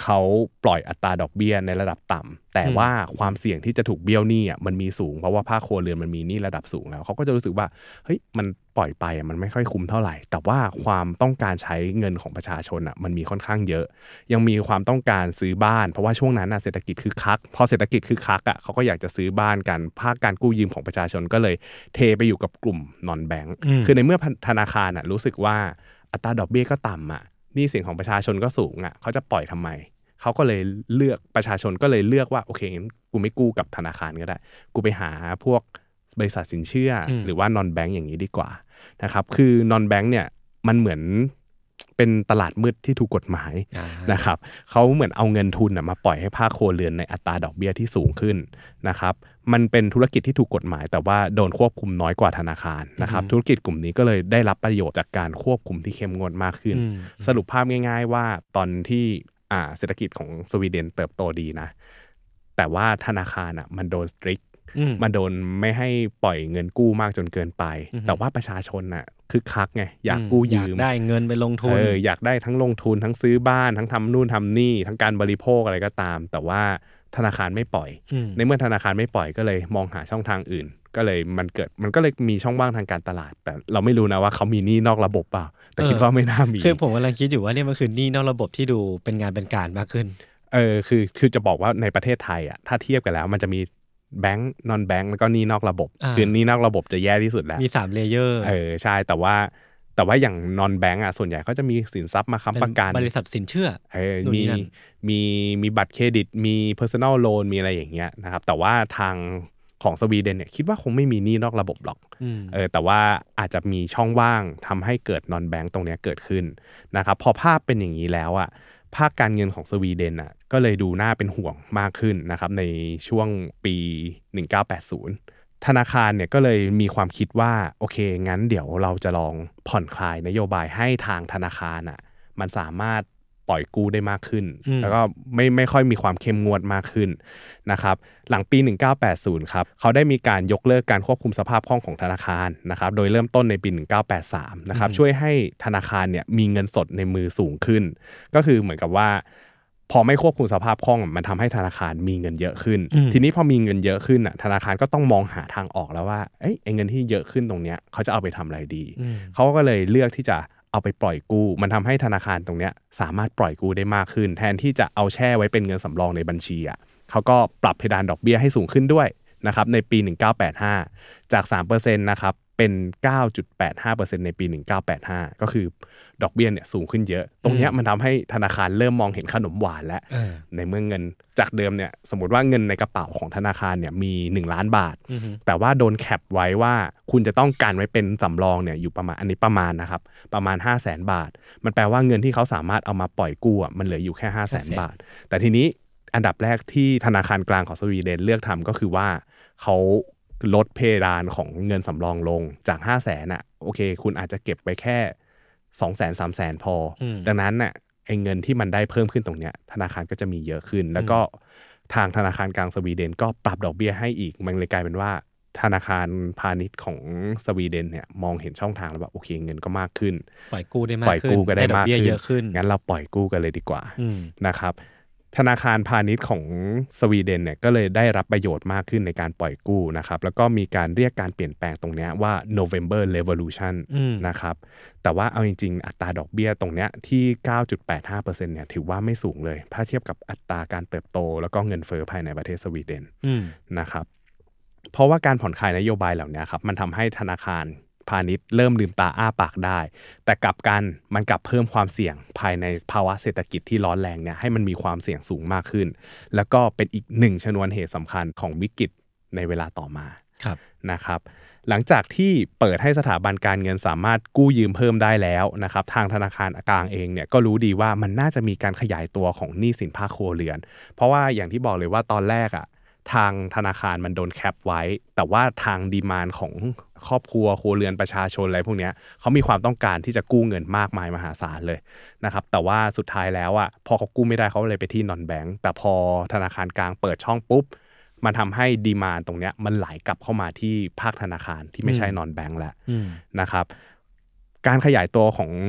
เขาปล่อยอัตราดอกเบี้ยในระดับต่ำแต่ว่าความเสี่ยงที่จะถูกเบี้ยวหนี้มันมีสูงเพราะว่าภาคครัวเรือนมันมีหนี้ระดับสูงแล้วเขาก็จะรู้สึกว่าเฮ้ยมันปล่อยไปมันไม่ค่อยคุ้มเท่าไหร่แต่ว่าความต้องการใช้เงินของประชาชนมันมีค่อนข้างเยอะยังมีความต้องการซื้อบ้านเพราะว่าช่วงนั้นเศรษฐกิจคึกคักพอเศรษฐกิจคึกคักเขาก็อยากจะซื้อบ้านกันภาคการกู้ยืมของประชาชนก็เลยเทไปอยู่กับกลุ่มนอนแบงค์คือในเมื่อธนาคารรู้สึกว่าอัตราดอกเบี้ยก็ต่ำหนี้สินของประชาชนก็สูงเขาจะปล่อยทำไมเขาก็เลยเลือกประชาชนก็เลยเลือกว่าโอเคงั้นกูไม่กู้กับธนาคารก็ได้กูไปหาพวกบริษัทสินเชื่อหรือว่านอนแบงก์อย่างนี้ดีกว่านะครับคือนอนแบงก์เนี่ยมันเหมือนเป็นตลาดมืดที่ถูกกฎหมายนะครับเขาเหมือนเอาเงินทุนมาปล่อยให้ภาคครัวเรือนในอัตราดอกเบี้ยที่สูงขึ้นนะครับมันเป็นธุรกิจที่ถูกกฎหมายแต่ว่าโดนควบคุมน้อยกว่าธนาคารนะครับธุรกิจกลุ่มนี้ก็เลยได้รับประโยชน์จากการควบคุมที่เข้มงวดมากขึ้นสรุปภาพง่ายๆว่าตอนที่เศรษฐกิจของสวีเดนเติบโตดีนะแต่ว่าธนาคารมันโดนสตริกมันโดนไม่ให้ปล่อยเงินกู้มากจนเกินไปแต่ว่าประชาชนคึกคักไงอยากกู้ยืมอยากได้เงินไปลงทุนอยากได้ทั้งลงทุนทั้งซื้อบ้านทั้งทำนู่นทำนี่ทั้งการบริโภคอะไรก็ตามแต่ว่าธนาคารไม่ปล่อยในเมื่อธนาคารไม่ปล่อยก็เลยมองหาช่องทางอื่นก็เลยมันก็เลยมีช่องว่างทางการตลาดแต่เราไม่รู้นะว่าเขามีหนี้นอกระบบเปล่าแต่คิดว่าไม่น่ามีคือผมกำลังคิดอยู่ว่านี่มันคือหนี้นอกระบบที่ดูเป็นงานเป็นการมากขึ้นคือจะบอกว่าในประเทศไทยถ้าเทียบกันแล้วมันจะมีแบงค์นอนแบงค์แล้วก็หนี้นอกระบบคือหนี้นอกระบบจะแย่ที่สุดแล้วมี3เลเยอร์ใช่แต่ว่าอย่างนอนแบงค์ส่วนใหญ่เขาจะมีสินทรัพย์มาค้ำประกันบริษัทสินเชื่อมีบัตรเครดิตมี personal loan มีอะไรอย่างเงี้ยนะครับแต่ว่าทางของสวีเดนเนี่ยคิดว่าคงไม่มีหนี้นอกระบบหรอกแต่ว่าอาจจะมีช่องว่างทำให้เกิดนอนแบงค์ตรงนี้เกิดขึ้นนะครับพอภาพเป็นอย่างนี้แล้วภาคการเงินของสวีเดนก็เลยดูน่าเป็นห่วงมากขึ้นนะครับในช่วงปี1980ธนาคารเนี่ยก็เลยมีความคิดว่าโอเคงั้นเดี๋ยวเราจะลองผ่อนคลายนโยบายให้ทางธนาคารมันสามารถปล่อยกู้ได้มากขึ้นแล้วก็ไม่ค่อยมีความเข้มงวดมากขึ้นนะครับหลังปี1980ครับเขาได้มีการยกเลิกการควบคุมสภาพคล่องของธนาคารนะครับโดยเริ่มต้นในปี1983นะครับช่วยให้ธนาคารเนี่ยมีเงินสดในมือสูงขึ้นก็คือเหมือนกับว่าพอไม่ควบคุมสภาพคล่องมันทำให้ธนาคารมีเงินเยอะขึ้นทีนี้พอมีเงินเยอะขึ้นธนาคารก็ต้องมองหาทางออกแล้วว่าไอ้เงินที่เยอะขึ้นตรงเนี้ยเขาจะเอาไปทำอะไรดีเขาก็เลยเลือกที่จะเอาไปปล่อยกู้มันทำให้ธนาคารตรงเนี้ยสามารถปล่อยกู้ได้มากขึ้นแทนที่จะเอาแช่ไว้เป็นเงินสำรองในบัญชีเขาก็ปรับเพดานดอกเบี้ยให้สูงขึ้นด้วยนะครับในปี1985จาก 3% นะครับเป็น 9.85% ในปี1985ก็คือดอกเบี้ยเนี่ยสูงขึ้นเยอะตรงเนี้ยมันทำให้ธนาคารเริ่มมองเห็นขนมหวานแล้วในเมื่อเงินจากเดิมเนี่ยสมมติว่าเงินในกระเป๋าของธนาคารเนี่ยมี1ล้านบาทแต่ว่าโดนแคปไว้ว่าคุณจะต้องการไว้เป็นสำรองเนี่ยอยู่ประมาณอันนี้ประมาณนะครับประมาณ 500,000 บาทมันแปลว่าเงินที่เขาสามารถเอามาปล่อยกู้มันเหลืออยู่แค่ 500,000 บาทแต่ทีนี้อันดับแรกที่ธนาคารกลางของสวีเดนเลือกทำก็คือว่าเขาลดเพดานของเงินสำรองลงจาก 500,000 โอเคคุณอาจจะเก็บไปแค่ 200,000 300,000 พอดังนั้นไอ้เงินที่มันได้เพิ่มขึ้นตรงเนี้ยธนาคารก็จะมีเยอะขึ้นแล้วก็ทางธนาคารกลางสวีเดนก็ปรับดอกเบี้ยให้อีกมันเลยกลายเป็นว่าธนาคารพาณิชย์ของสวีเดนเนี่ยมองเห็นช่องทางแล้วแบบโอเคเงินก็มากขึ้นปล่อยกู้ได้มากขึ้นได้ดอกเบี้ยเยอะขึ้นงั้นเราปล่อยกู้กันเลยดีกว่านะครับธนาคารพาณิชย์ของสวีเดนเนี่ยก็เลยได้รับประโยชน์มากขึ้นในการปล่อยกู้นะครับแล้วก็มีการเรียกการเปลี่ยนแปลงตรงนี้ว่า November Revolution นะครับแต่ว่าเอาจริงๆอัตราดอกเบี้ยตรงเนี้ยที่ 9.85% เนี่ยถือว่าไม่สูงเลยถ้าเทียบกับอัตราการเติบโตแล้วก็เงินเฟ้อภายในประเทศสวีเดนนะครับเพราะว่าการผ่อนคลายนโยบายเหล่านี้ครับมันทำให้ธนาคารพาณิชย์เริ่มลืมตาอ้าปากได้แต่กลับกันมันกลับเพิ่มความเสี่ยงภายในภาวะเศรษฐกิจที่ร้อนแรงเนี่ยให้มันมีความเสี่ยงสูงมากขึ้นแล้วก็เป็นอีกหนึ่งชนวนเหตุสำคัญของวิกฤตในเวลาต่อมานะครับหลังจากที่เปิดให้สถาบันการเงินสามารถกู้ยืมเพิ่มได้แล้วนะครับทางธนาคารกลางเองเนี่ยก็รู้ดีว่ามันน่าจะมีการขยายตัวของหนี้สินภาคครัวเรือนเพราะว่าอย่างที่บอกเลยว่าตอนแรกทางธนาคารมันโดนแคปไว้แต่ว่าทางดีมานด์ของครอบครัวครัวเรือนประชาชนอะไรพวกนี้เขามีความต้องการที่จะกู้เงินมากมายมหาศาลเลยนะครับแต่ว่าสุดท้ายแล้วพอเขากู้ไม่ได้เขาเลยไปที่นอนแบงก์แต่พอธนาคารกลางเปิดช่องปุ๊บมันทำให้ดีมานด์ตรงเนี้ยมันไหลกลับเข้ามาที่ภาคธนาคารที่ไม่ใช่นอนแบงก์แล้วนะครับการขยายตัวของ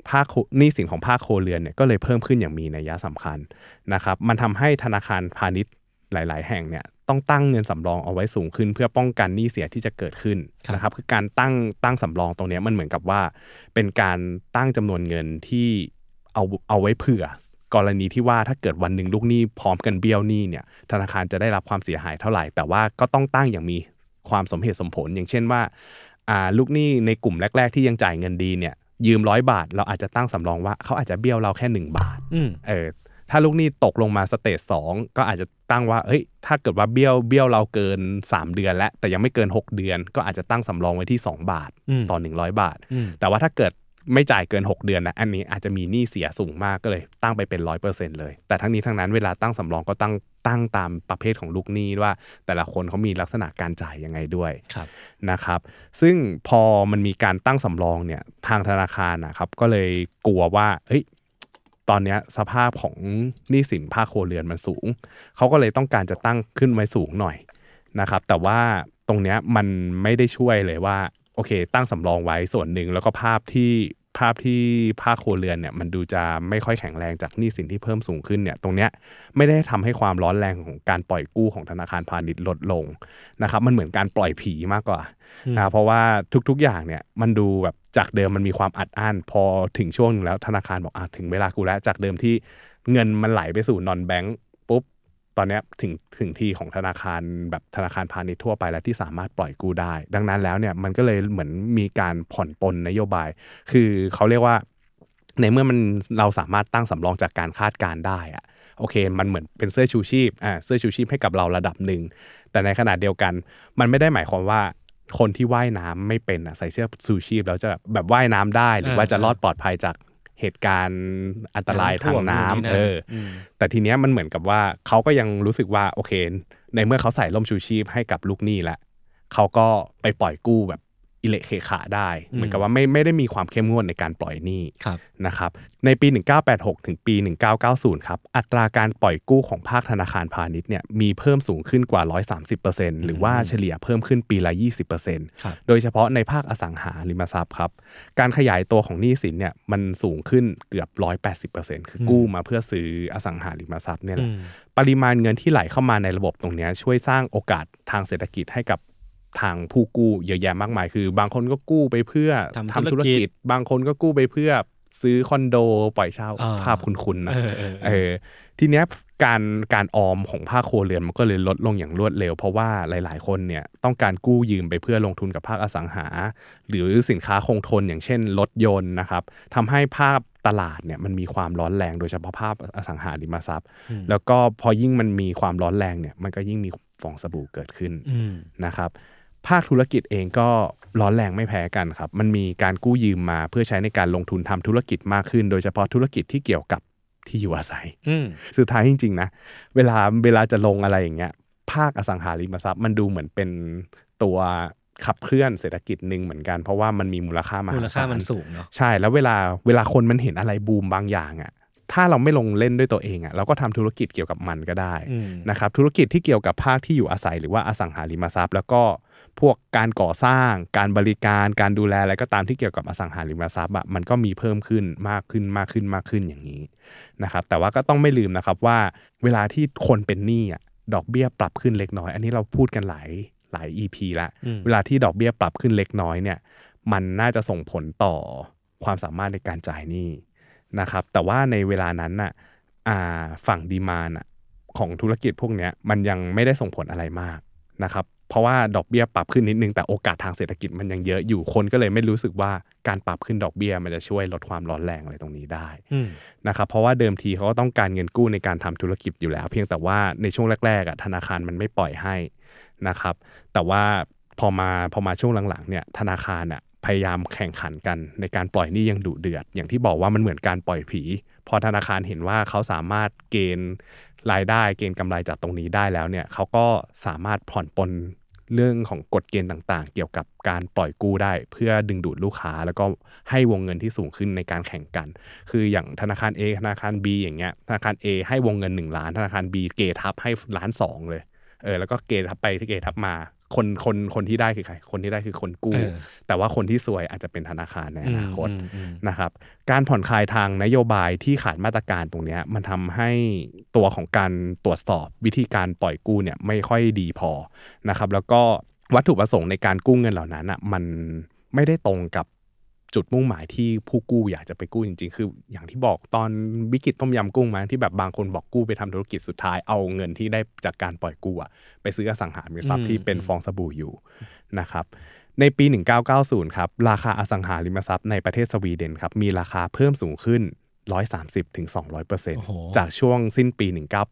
ภาคหนี้สินของภาคครัวเรือนเนี่ยก็เลยเพิ่มขึ้นอย่างมีนัยสำคัญนะครับมันทำให้ธนาคารพาณิชย์หลายๆแห่งเนี่ยต้องตั้งเงินสำรองเอาไว้สูงขึ้นเพื่อป้องกันหนี้เสียที่จะเกิดขึ้นนะครับคือการตั้งสำรองตรงนี้มันเหมือนกับว่าเป็นการตั้งจำนวนเงินที่เอาไว้เผื่อกรณีที่ว่าถ้าเกิดวันหนึ่งลูกหนี้พร้อมกันเบี้ยวหนี้เนี่ยธนาคารจะได้รับความเสียหายเท่าไหร่แต่ว่าก็ต้องตั้งอย่างมีความสมเหตุสมผลอย่างเช่นว่าลูกหนี้ในกลุ่มแรกๆที่ยังจ่ายเงินดีเนี่ยยืม100 บาทเราอาจจะตั้งสำรองว่าเขาอาจจะเบี้ยวเราแค่1 บาทถ้าลูกหนี้ตกลงมาสเตจ2ก็อาจจะตั้งว่าเฮ้ยถ้าเกิดว่าเบี้ยวเราเกิน3 เดือนแล้วแต่ยังไม่เกิน6 เดือนก็อาจจะตั้งสำรองไว้ที่2 บาทต่อ100 บาทแต่ว่าถ้าเกิดไม่จ่ายเกิน6 เดือนนะอันนี้อาจจะมีหนี้เสียสูงมากก็เลยตั้งไปเป็น 100% เลยแต่ทั้งนี้ทั้งนั้นเวลาตั้งสำรองก็ตั้งตามประเภทของลูกหนี้ว่าแต่ละคนเขามีลักษณะการจ่ายยังไงด้วยนะครับซึ่งพอมันมีการตั้งสำรองเนี่ยทางธนาคารนะครับก็เลยกลัวว่าตอนนี้สภาพของหนี้สินภาคครัวเรือนมันสูงเขาก็เลยต้องการจะตั้งขึ้นไว้สูงหน่อยนะครับแต่ว่าตรงนี้มันไม่ได้ช่วยเลยว่าโอเคตั้งสำรองไว้ส่วนหนึ่งแล้วก็ภาพที่ภาคครัวเรือนเนี่ยมันดูจะไม่ค่อยแข็งแรงจากหนี้สินที่เพิ่มสูงขึ้นเนี่ยตรงเนี้ยไม่ได้ทำให้ความร้อนแรงของการปล่อยกู้ของธนาคารพาณิชย์ลดลงนะครับมันเหมือนการปล่อยผีมากกว่าเพราะว่าทุกๆอย่างเนี่ยมันดูแบบจากเดิมมันมีความอัดอั้นพอถึงช่วงนึงแล้วธนาคารบอกถึงเวลากูแล้วจากเดิมที่เงินมันไหลไปสู่นอนแบงก์ปุ๊บตอนนี้ถึงที่ของธนาคารแบบธนาคารพาณิชย์ทั่วไปแล้วที่สามารถปล่อยกู้ได้ดังนั้นแล้วเนี่ยมันก็เลยเหมือนมีการผ่อนปลนนโยบายคือเขาเรียกว่าในเมื่อเราสามารถตั้งสำรองจากการคาดการได้อะโอเคมันเหมือนเป็นเสื้อชูชีพเสื้อชูชีพให้กับเราระดับหนึ่งแต่ในขณะเดียวกันมันไม่ได้หมายความว่าคนที่ว่ายน้ำไม่เป็นใส่เสื้อชูชีพแล้วจะแบบว่ายน้ำได้หรือว่าจะรอดปลอดภัยจากเหตุการณ์อันตรายทางน้ำแต่ทีเนี้ยมันเหมือนกับว่าเขาก็ยังรู้สึกว่าโอเคในเมื่อเขาใส่ร่มชูชีพให้กับลูกหนี้แล้วเขาก็ไปปล่อยกู้แบบอิเละเคขาได้เหมือนกับว่าไม่ได้มีความเข้มงวดในการปล่อยหนี้นะครับในปี1986ถึงปี1990ครับอัตราการปล่อยกู้ของภาคธนาคารพาณิชย์เนี่ยมีเพิ่มสูงขึ้นกว่า 130% หรือว่าเฉลี่ยเพิ่มขึ้นปีละ 20% โดยเฉพาะในภาคอสังหาริมทรัพย์ครับการขยายตัวของหนี้สินเนี่ยมันสูงขึ้นเกือบ 180% คือกู้มาเพื่อซื้ออสังหาริมทรัพย์เนี่ยแหละปริมาณเงินที่ไหลเข้ามาในระบบตรงนี้ช่วยสร้างโอกาสทางเศรษฐกิจให้กับทางผู้กู้เยอะแยะมากมายคือบางคนก็กู้ไปเพื่อทำธุรกิจบางคนก็กู้ไปเพื่อซื้อคอนโดปล่อยเช่าภาพคุ้นๆนะทีเนี้ยการออมของภาคครัวเรือนมันก็เลยลดลงอย่างรวดเร็วเพราะว่าหลายๆคนเนี่ยต้องการกู้ยืมไปเพื่อลงทุนกับภาคอสังหาหรือสินค้าคงทนอย่างเช่นรถยนต์นะครับทำให้ภาพตลาดเนี่ยมันมีความร้อนแรงโดยเฉพาะภาพอสังหาริมทรัพย์แล้วก็พอยิ่งมันมีความร้อนแรงเนี่ยมันก็ยิ่งมีฟองสบู่เกิดขึ้นนะครับภาคธุรกิจเองก็ร้อนแรงไม่แพ้กันครับมันมีการกู้ยืมมาเพื่อใช้ในการลงทุนทำธุรกิจมากขึ้นโดยเฉพาะธุรกิจที่เกี่ยวกับที่อยู่อาศัยสุดท้ายจริงๆนะเวลาจะลงอะไรอย่างเงี้ยภาคอสังหาริมทรัพย์มันดูเหมือนเป็นตัวขับเคลื่อนเศรษฐกิจนึงเหมือนกันเพราะว่ามันมีมูลค่ามหาศาลมูลค่ามันสูงเนาะใช่แล้วเวลาคนมันเห็นอะไรบูมบางอย่างอ่ะถ้าเราไม่ลงเล่นด้วยตัวเองอ่ะเราก็ทำธุรกิจเกี่ยวกับมันก็ได้นะครับธุรกิจที่เกี่ยวกับภาคที่อยู่อาศัยหรือว่าอสังหาริมทรัพย์แล้วก็พวกการก่อสร้างการบริการการดูแลอะไรก็ตามที่เกี่ยวกับอสังหาริมทรัพย์อ่ะมันก็มีเพิ่มขึ้นมากขึ้นอย่างนี้นะครับแต่ว่าก็ต้องไม่ลืมนะครับว่าเวลาที่คนเป็นหนี้อ่ะดอกเบี้ยปรับขึ้นเล็กน้อยอันนี้เราพูดกันหลาย EP ละเวลาที่ดอกเบี้ยปรับขึ้นเล็กน้อยเนี่ยมันน่าจะส่งผลต่อความสามารถในการจ่ายหนี้นะครับแต่ว่าในเวลานั้นน่ะฝั่งดีมานด์ของธุรกิจพวกนี้มันยังไม่ได้ส่งผลอะไรมากนะครับเพราะว่าดอกเบี้ยปรับขึ้นนิดนึงแต่โอกาสทางเศรษฐกิจมันยังเยอะอยู่คนก็เลยไม่รู้สึกว่าการปรับขึ้นดอกเบี้ยมันจะช่วยลดความร้อนแรงอะไรตรงนี้ได้นะครับเพราะว่าเดิมทีเขาก็ต้องการเงินกู้ในการทำธุรกิจอยู่แล้วเพียงแต่ว่าในช่วงแรกๆธนาคารมันไม่ปล่อยให้นะครับแต่ว่าพอมาช่วงหลังๆเนี่ยธนาคารพยายามแข่งขันกันในการปล่อยหนี้อย่างดุเดือดอย่างที่บอกว่ามันเหมือนการปล่อยผีพอธนาคารเห็นว่าเขาสามารถเกณฑ์รายได้เกณฑ์กำไรจากตรงนี้ได้แล้วเนี่ยเขาก็สามารถผ่อนปลนเรื่องของกฎเกณฑ์ต่างๆเกี่ยวกับการปล่อยกู้ได้เพื่อดึงดูดลูกค้าแล้วก็ให้วงเงินที่สูงขึ้นในการแข่งกันคืออย่างธนาคาร A ธนาคาร B อย่างเงี้ยธนาคาร A ให้วงเงิน1 ล้านธนาคาร B เกทับให้1.2 ล้านเลยแล้วก็เกทับไปที่เกทับมาคนที่ได้คือใครคนที่ได้คือคนกู้แต่ว่าคนที่ซวยอาจจะเป็นธนาคารในอนาคตนะครับการผ่อนคลายทางนโยบายที่ขาดมาตรการตรงนี้มันทำให้ตัวของการตรวจสอบวิธีการปล่อยกู้เนี่ยไม่ค่อยดีพอนะครับแล้วก็วัตถุประสงค์ในการกู้เงินเหล่านั้นอ่ะมันไม่ได้ตรงกับจุดมุ่งหมายที่ผู้กู้อยากจะไปกู้จริงๆคืออย่างที่บอกตอนวิกฤตต้มยำกุ้งมาที่แบบบางคนบอกกู้ไปทำธุรกิจสุดท้ายเอาเงินที่ได้จากการปล่อยกู้ไปซื้ออสังหาริมทรัพย์ที่เป็นฟองสบู่อยู่นะครับในปี1990ครับราคาอสังหาริมทรัพย์ในประเทศสวีเดนครับมีราคาเพิ่มสูงขึ้น 130-200% จากช่วงสิ้นปี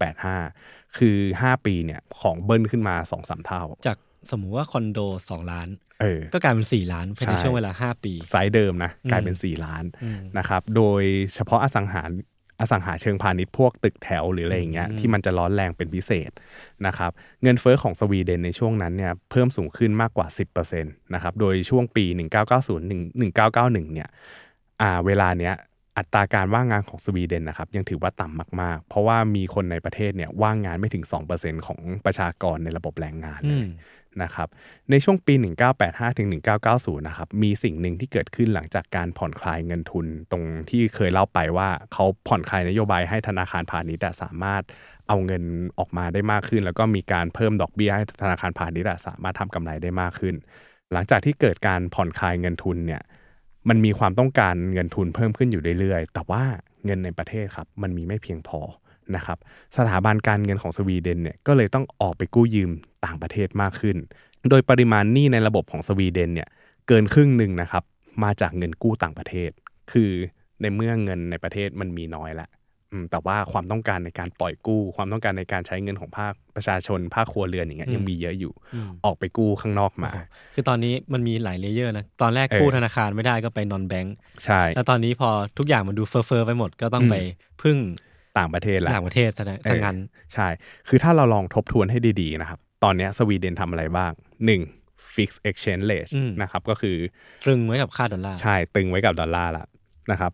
1985คือ5ปีเนี่ยของเบิ้ลขึ้นมา 2-3 เท่าจากสมมุติว่าคอนโด2ล้านก็กลายเป็น4ล้านภายในช่วงเวลา5ปีไซส์เดิมนะกลายเป็น4ล้านนะครับโดยเฉพาะอสังหาเชิงพาณิชย์พวกตึกแถวหรืออะไรอย่างเงี้ยที่มันจะร้อนแรงเป็นพิเศษนะครับเงินเฟ้อของสวีเดนในช่วงนั้นเนี่ยเพิ่มสูงขึ้นมากกว่า 10% นะครับโดยช่วงปี1990-1991เนี่ยเวลาเนี้ยอัตราการว่างงานของสวีเดนนะครับยังถือว่าต่ำมากๆเพราะว่ามีคนในประเทศเนี่ยว่างงานไม่ถึง 2% ของประชากรในระบบแรงงานเลยนะครับในช่วงปี1985ถึง1990นะครับมีสิ่งหนึ่งที่เกิดขึ้นหลังจากการผ่อนคลายเงินทุนตรงที่เคยเล่าไปว่าเขาผ่อนคลายนโยบายให้ธนาคารพาณิชย์สามารถเอาเงินออกมาได้มากขึ้นแล้วก็มีการเพิ่มดอกเบี้ยให้ธนาคารพาณิชย์สามารถทำกำไรได้มากขึ้นหลังจากที่เกิดการผ่อนคลายเงินทุนเนี่ยมันมีความต้องการเงินทุนเพิ่มขึ้นอยู่เรื่อยๆแต่ว่าเงินในประเทศครับมันมีไม่เพียงพอนะครับสถาบันการเงินของสวีเดนเนี่ยก็เลยต้องออกไปกู้ยืมต่างประเทศมากขึ้นโดยปริมาณหนี้ในระบบของสวีเดนเนี่ยเกินครึ่งนึงนะครับมาจากเงินกู้ต่างประเทศคือในเมื่อเงินในประเทศมันมีน้อยแล้วแต่ว่าความต้องการในการปล่อยกู้ความต้องการในการใช้เงินของภาคประชาชนภาคครัวเรือนอย่างเงี้ยยังมีเยอะอยู่ออกไปกู้ข้างนอกมาคือตอนนี้มันมีหลายเลเยอร์นะตอนแรกกู้ธนาคารไม่ได้ก็ไปนอนแบงค์ใช่แล้วตอนนี้พอทุกอย่างมันดูเฟ้อๆไปหมดก็ต้องไปพึ่งต่างประเทศละต่างประเทศซะงั้นใช่คือถ้าเราลองทบทวนให้ดีๆนะครับตอนนี้สวีเดนทำอะไรบ้าง1 fix exchange rate นะครับก็คือตรึงไว้กับค่าดอลลาร์ใช่ตึงไว้กับดอลลาร์ละนะครับ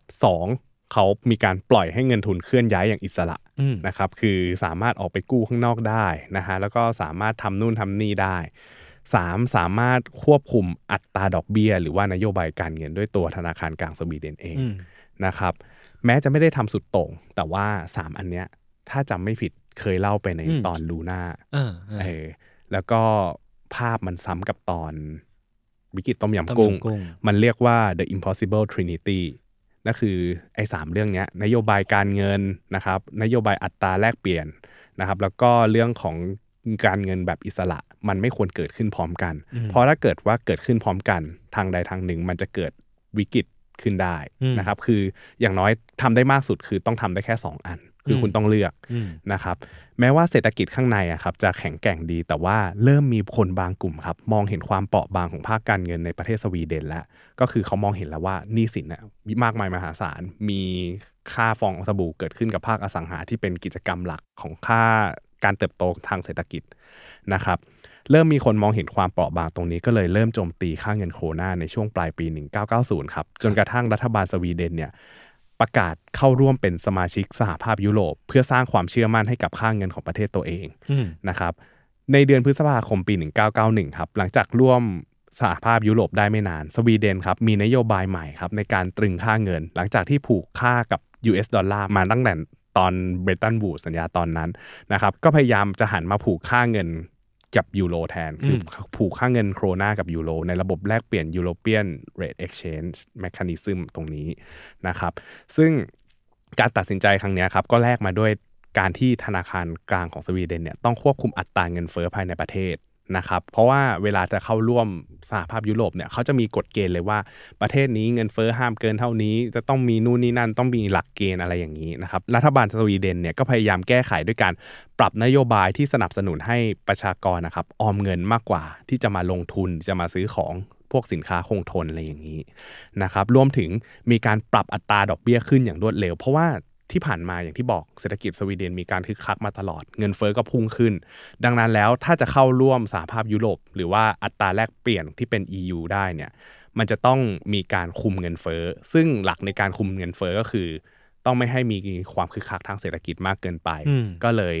2เขามีการปล่อยให้เงินทุนเคลื่อนย้ายอย่างอิสระนะครับคือสามารถออกไปกู้ข้างนอกได้นะฮะแล้วก็สามารถทำนู่นทำนี่ได้3สามารถควบคุมอัตราดอกเบี้ยหรือว่านโยบายการเงินด้วยตัวธนาคารกลางสวีเดนเองนะครับแม้จะไม่ได้ทำสุดโต่งแต่ว่า3อันเนี้ยถ้าจำไม่ผิดเคยเล่าไปในตอนลูน่าแล้วก็ภาพมันซ้ำกับตอนวิกฤตต้มยำกุ้งมันเรียกว่า The Impossible Trinity นั่นคือไอ้3เรื่องนี้นโยบายการเงินนะครับนโยบายอัตราแลกเปลี่ยนนะครับแล้วก็เรื่องของการเงินแบบอิสระมันไม่ควรเกิดขึ้นพร้อมกันเพราะถ้าเกิดว่าเกิดขึ้นพร้อมกันทางใดทางหนึ่งมันจะเกิดวิกฤตขึ้นได้นะครับคืออย่างน้อยทำได้มากสุดคือต้องทำได้แค่2อันคือคุณต้องเลือกนะครับแม้ว่าเศรษฐกิจข้างในครับจะแข็งแกร่งดีแต่ว่าเริ่มมีคนบางกลุ่มครับมองเห็นความเปราะบางของภาคการเงินในประเทศสวีเดนแล้วก็คือเขามองเห็นแล้วว่าหนี้สินมากมายมหาศาลมีค่าฟองสบู่เกิดขึ้นกับภาคอสังหาที่เป็นกิจกรรมหลักของค่าการเติบโตทางเศรษฐกิจนะครับเริ่มมีคนมองเห็นความเปราะบางตรงนี้ก็เลยเริ่มโจมตีค่าเงินโครนาในช่วงปลายปี1990ครับจนกระทั่งรัฐบาลสวีเดนเนี่ยประกาศเข้าร่วมเป็นสมาชิกสหภาพยุโรปเพื่อสร้างความเชื่อมั่นให้กับค่าเงินของประเทศตัวเองนะครับในเดือนพฤษภาคมปี1991ครับหลังจากร่วมสหภาพยุโรปได้ไม่นานสวีเดนครับมีนโยบายใหม่ครับในการตรึงค่าเงินหลังจากที่ผูกค่ากับ US ดอลลาร์มาตั้งแต่ตอนเบรตันวูดส์สัญญาตอนนั้นนะครับก็พยายามจะหันมาผูกค่าเงินกับยูโรแทนคือผูกค่าเงินโครนากับยูโรในระบบแลกเปลี่ยน European Rate Exchange Mechanism ตรงนี้นะครับซึ่งการตัดสินใจครั้งนี้ครับก็แลกมาด้วยการที่ธนาคารกลางของสวีเดนเนี่ยต้องควบคุมอัตราเงินเฟ้อภายในประเทศนะครับเพราะว่าเวลาจะเข้าร่วมสหภาพยุโรปเนี่ยเขาจะมีกฎเกณฑ์เลยว่าประเทศนี้เงินเฟ้อห้ามเกินเท่านี้จะต้องมีนู่นนี่นั่นต้องมีหลักเกณฑ์อะไรอย่างนี้นะครับรัฐบาลสวีเดนเนี่ยก็พยายามแก้ไขด้วยการปรับนโยบายที่สนับสนุนให้ประชากรนะครับออมเงินมากกว่าที่จะมาลงทุนจะมาซื้อของพวกสินค้าคงทนอะไรอย่างนี้นะครับรวมถึงมีการปรับอัตราดอกเบี้ยขึ้นอย่างรวดเร็วเพราะว่าที่ผ่านมาอย่างที่บอกเศรษฐกิจสวีเดนมีการคึกคักมาตลอดเงินเฟ้อก็พุ่งขึ้นดังนั้นแล้วถ้าจะเข้าร่วมสหภาพยุโรปหรือว่าอัตราแลกเปลี่ยนที่เป็น EU ได้เนี่ยมันจะต้องมีการคุมเงินเฟ้อซึ่งหลักในการคุมเงินเฟ้อก็คือต้องไม่ให้มีความคึกคักทางเศรษฐกิจมากเกินไปก็เลยพ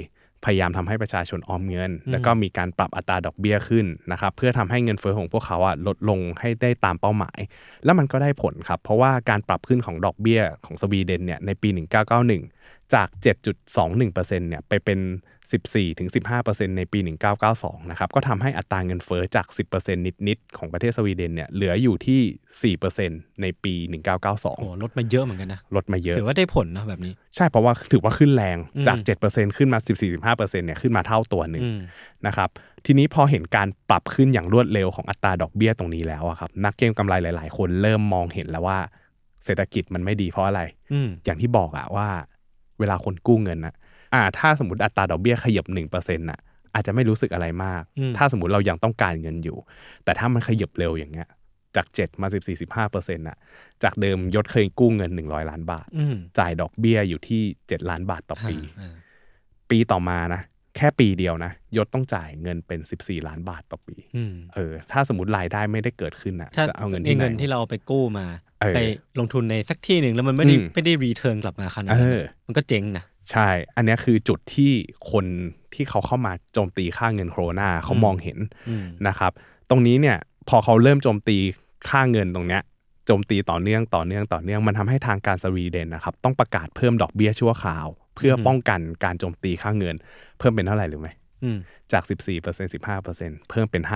พยายามทำให้ประชาชนออมเงินแล้วก็มีการปรับอัตราดอกเบี้ยขึ้นนะครับเพื่อทำให้เงินเฟ้อของพวกเขาลดลงให้ได้ตามเป้าหมายแล้วมันก็ได้ผลครับเพราะว่าการปรับขึ้นของดอกเบี้ยของสวีเดนเนี่ยในปี1991จาก 7.21% เนี่ยไปเป็น 14-15% ในปี1992นะครับก็ทำให้อัตราเงินเฟ้อจาก 10% นิดๆของประเทศสวีเดนเนี่ยเหลืออยู่ที่ 4% ในปี1992โอ้ลดมาเยอะเหมือนกันนะลดมาเยอะถือว่าได้ผลนะแบบนี้ใช่เพราะว่าถือว่าขึ้นแรงจาก 7% ขึ้นมา 14-15% เนี่ยขึ้นมาเท่าตัวนึงนะครับทีนี้พอเห็นการปรับขึ้นอย่างรวดเร็วของอัตราดอกเบี้ยตรงนี้แล้วอะครับนักเก็งกำไรหลายๆคนเริ่มมองเห็นแล้วว่าเศรษฐกิจมันไม่ดีเพราะอะไรอย่างที่บอกอะว่าเวลาคนกู้เงินนะถ้าสมมติอัตราดอกเบี้ยขยับ 1% น่ะอาจจะไม่รู้สึกอะไรมากถ้าสมมติเรายังต้องการเงินอยู่แต่ถ้ามันขยับเร็วอย่างเงี้ยจาก7มา 14-15% น่ะจากเดิมยศเคยกู้เงิน100ล้านบาทจ่ายดอกเบี้ยอยู่ที่7ล้านบาทต่อปีปีต่อมานะแค่ปีเดียวนะยศต้องจ่ายเงินเป็น14ล้านบาทต่อปีถ้าสมมติรายได้ไม่ได้เกิดขึ้นน่ะจะเอาเงินที่ไหนเงินที่เราไปกู้มาไปลงทุนในสักที่หนึ่งแล้วมันไม่ได้รีเทิร์นกลับมาขนาดนั้นมันก็เจ๊งนะใช่อันนี้คือจุดที่คนที่เขาเข้ามาโจมตีค่าเงินโครนาเขามองเห็นนะครับตรงนี้เนี่ยพอเขาเริ่มโจมตีค่าเงินตรงเนี้ยโจมตีต่อเนื่องมันทำให้ทางการสวีเดนนะครับต้องประกาศเพิ่มดอกเบี้ยชั่วคราวเพื่อป้องกันการโจมตีค่าเงินเพิ่มเป็นเท่าไหร่รู้ไหมจาก 14% 15% เพิ่มเป็น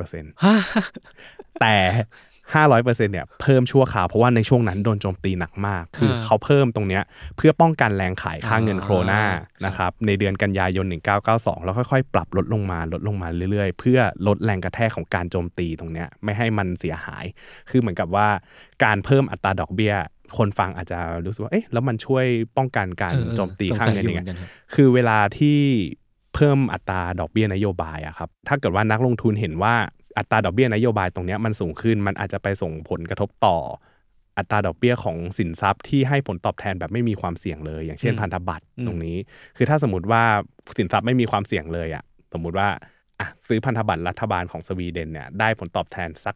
500% แต่500% เนี่ยเพิ่มชั่วคราวเพราะว่าในช่วงนั้นโดนโจมตีหนักมากคือเขาเพิ่มตรงเนี้ยเพื่อป้องกันแรงขายค่าเงินโครนานะครับในเดือนกันยายน1992แล้วค่อยๆปรับลดลงมาเรื่อยๆเพื่อลดแรงกระแทกของการโจมตีตรงเนี้ยไม่ให้มันเสียหายคือเหมือนกับว่าการเพิ่มอัตราดอกเบี้ยคนฟังอาจจะรู้สึกว่าเอ๊ะแล้วมันช่วยป้องกันการโจมตีค่าเงินยังไงคือเวลาที่เพิ่มอัตราดอกเบี้ยนโยบายอะครับถ้าเกิดว่านักลงทุนเห็นว่าอัตราดอกเบี้ยนโยบายตรงนี้มันสูงขึ้นมันอาจจะไปส่งผลกระทบต่ออัตราดอกเบี้ยของสินทรัพย์ที่ให้ผลตอบแทนแบบไม่มีความเสี่ยงเลยอย่างเช่นพันธบัตรตรงนี้คือถ้าสมมติว่าสินทรัพย์ไม่มีความเสี่ยงเลยอะสมมติว่าซื้อพันธบัตรรัฐบาลของสวีเดนเนี่ยได้ผลตอบแทนสัก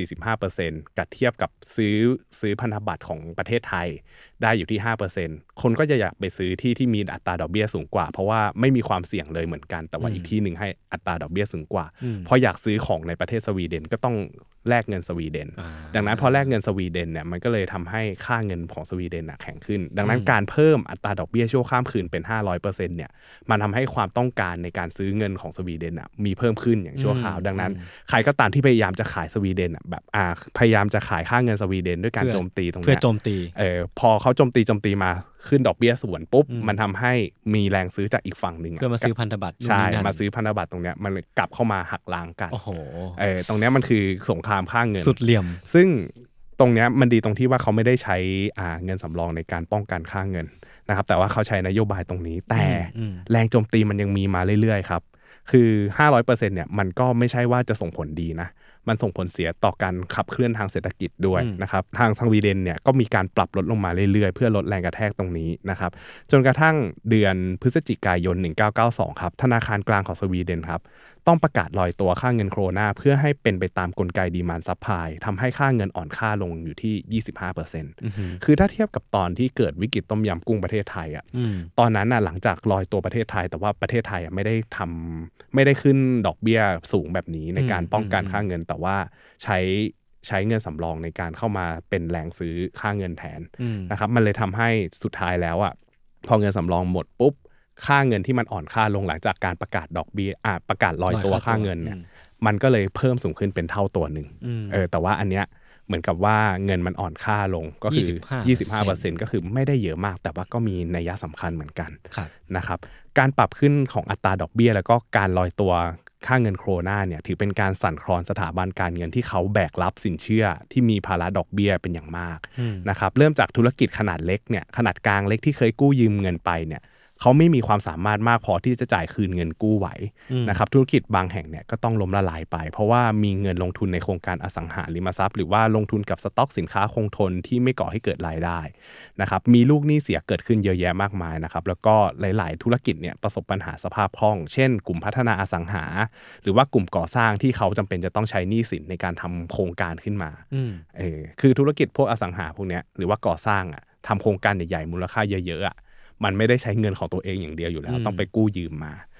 14-15% กับเทียบกับซื้อพันธบัตรของประเทศไทยได้อยู่ที่ 5% คนก็จะอยากไปซื้อที่มีอัตราดอกเบี้ยสูงกว่าเพราะว่าไม่มีความเสี่ยงเลยเหมือนกันแต่ว่าอีกที่นึงให้อัตราดอกเบี้ยสูงกว่าเพราะอยากซื้อของในประเทศสวีเดนก็ต้องแลกเงินสวีเดนดังนั้นพอแลกเงินสวีเดนเนี่ยมันก็เลยทำให้ค่าเงินของสวีเดนแข็งขึ้นดังนั้นการเพิ่มอัตราดอกเบี้ยชั่วข้ามคืนเป็น 500% เนี่ยมันทำให้ความต้องการในการซื้อเงินของสวีเดนมีเพิ่มขึ้นอย่างชั่วคราวดังนั้นใครก็ตามที่พยายามจะขายสวีเดนแบบพยายามจะขายค่าเงินสวีเดนด้วยการโจมตีตรงนี้เพื่อโจมตีพอเขาโจมตีมาขึ้นดอกเบี้ยสวนปุ๊บมันทำให้มีแรงซื้อจากอีกฝั่งหนึ่งเพื่อมาซื้อพันธบัตรใช่มาซื้อพันธบัตรตรงเนี้ยมันกลับเข้ามาหักล้างกันโอ้โหตรงเนี้ยมันคือสงครามค่าเงินสุดเหลี่ยมซึ่งตรงเนี้ยมันดีตรงที่ว่าเขาไม่ได้ใช้เงินสำรองในการป้องกันค่าเงินนะครับแต่ว่าเขาใช้นโยบายตรงนี้แต่แรงโจมตีมันยังมีมาเรื่อยๆครับคือ 500% เนี่ยมันก็ไม่ใช่ว่าจะส่งผลดีนะมันส่งผลเสียต่อการขับเคลื่อนทางเศรษฐกิจด้วยนะครับทางสวีเดนเนี่ยก็มีการปรับลดลงมาเรื่อยๆเพื่อลดแรงกระแทกตรงนี้นะครับจนกระทั่งเดือนพฤศจิกายน1992ครับธนาคารกลางของสวีเดนครับต้องประกาศลอยตัวค่าเงินโครนาเพื่อให้เป็นไปตามกลไกดีมานด์ซัพพลายทำให้ค่าเงินอ่อนค่าลงอยู่ที่ 25% คือถ้าเทียบกับตอนที่เกิดวิกฤตต้มยำกุ้งประเทศไทยตอนนั้นหลังจากลอยตัวประเทศไทยแต่ว่าประเทศไทยไม่ได้ขึ้นดอกเบี้ยสูงแบบนี้ในการป้องกันค่าเงินแต่ว่าใช้เงินสำรองในการเข้ามาเป็นแรงซื้อค่าเงินแทนนะครับมันเลยทำให้สุดท้ายแล้วพอเงินสำรองหมดปุ๊บค่าเงินที่มันอ่อนค่าลงหลังจากการประกาศดอกเบี้ยประกาศลอยตัวค่าเงินเนี่ยมันก็เลยเพิ่มสูงขึ้นเป็นเท่าตัวนึงแต่ว่าอันเนี้ยเหมือนกับว่าเงินมันอ่อนค่าลงก็คือ 25% ก็คือไม่ได้เยอะมากแต่ว่าก็มีนัยสำคัญเหมือนกันนะครับการปรับขึ้นของอัตราดอกเบี้ยแล้วก็การลอยตัวค่าเงินโครนาเนี่ยถือเป็นการสั่นคลอนสถาบันการเงินที่เขาแบกรับสินเชื่อที่มีภาระดอกเบี้ยเป็นอย่างมากนะครับเริ่มจากธุรกิจขนาดเล็กเนี่ยขนาดกลางเล็กที่เคยกู้ยืมเงินไปเนี่ยเขาไม่มีความสามารถมากพอที่จะจ่ายคืนเงินกู้ไหวนะครับธุรกิจบางแห่งเนี่ยก็ต้องล้มละลายไปเพราะว่ามีเงินลงทุนในโครงการอสังหาริมทรัพย์หรือว่าลงทุนกับสต็อกสินค้าคงทนที่ไม่ก่อให้เกิดรายได้นะครับมีลูกหนี้เสียเกิดขึ้นเยอะแยะมากมายนะครับแล้วก็หลายๆธุรกิจเนี่ยประสบปัญหาสภาพคล่องเช่นกลุ่มพัฒนาอสังหาหรือว่ากลุ่มก่อสร้างที่เขาจำเป็นจะต้องใช้หนี้สินในการทำโครงการขึ้นมาคือธุรกิจพวกอสังหาพวกเนี้ยหรือว่าก่อสร้างทำโครงการใหญ่ๆมูลค่าเยอะๆมันไม่ได้ใช้เงินของตัวเองอย่างเดียวอยู่แล้วต้องไปกู้ยืมมา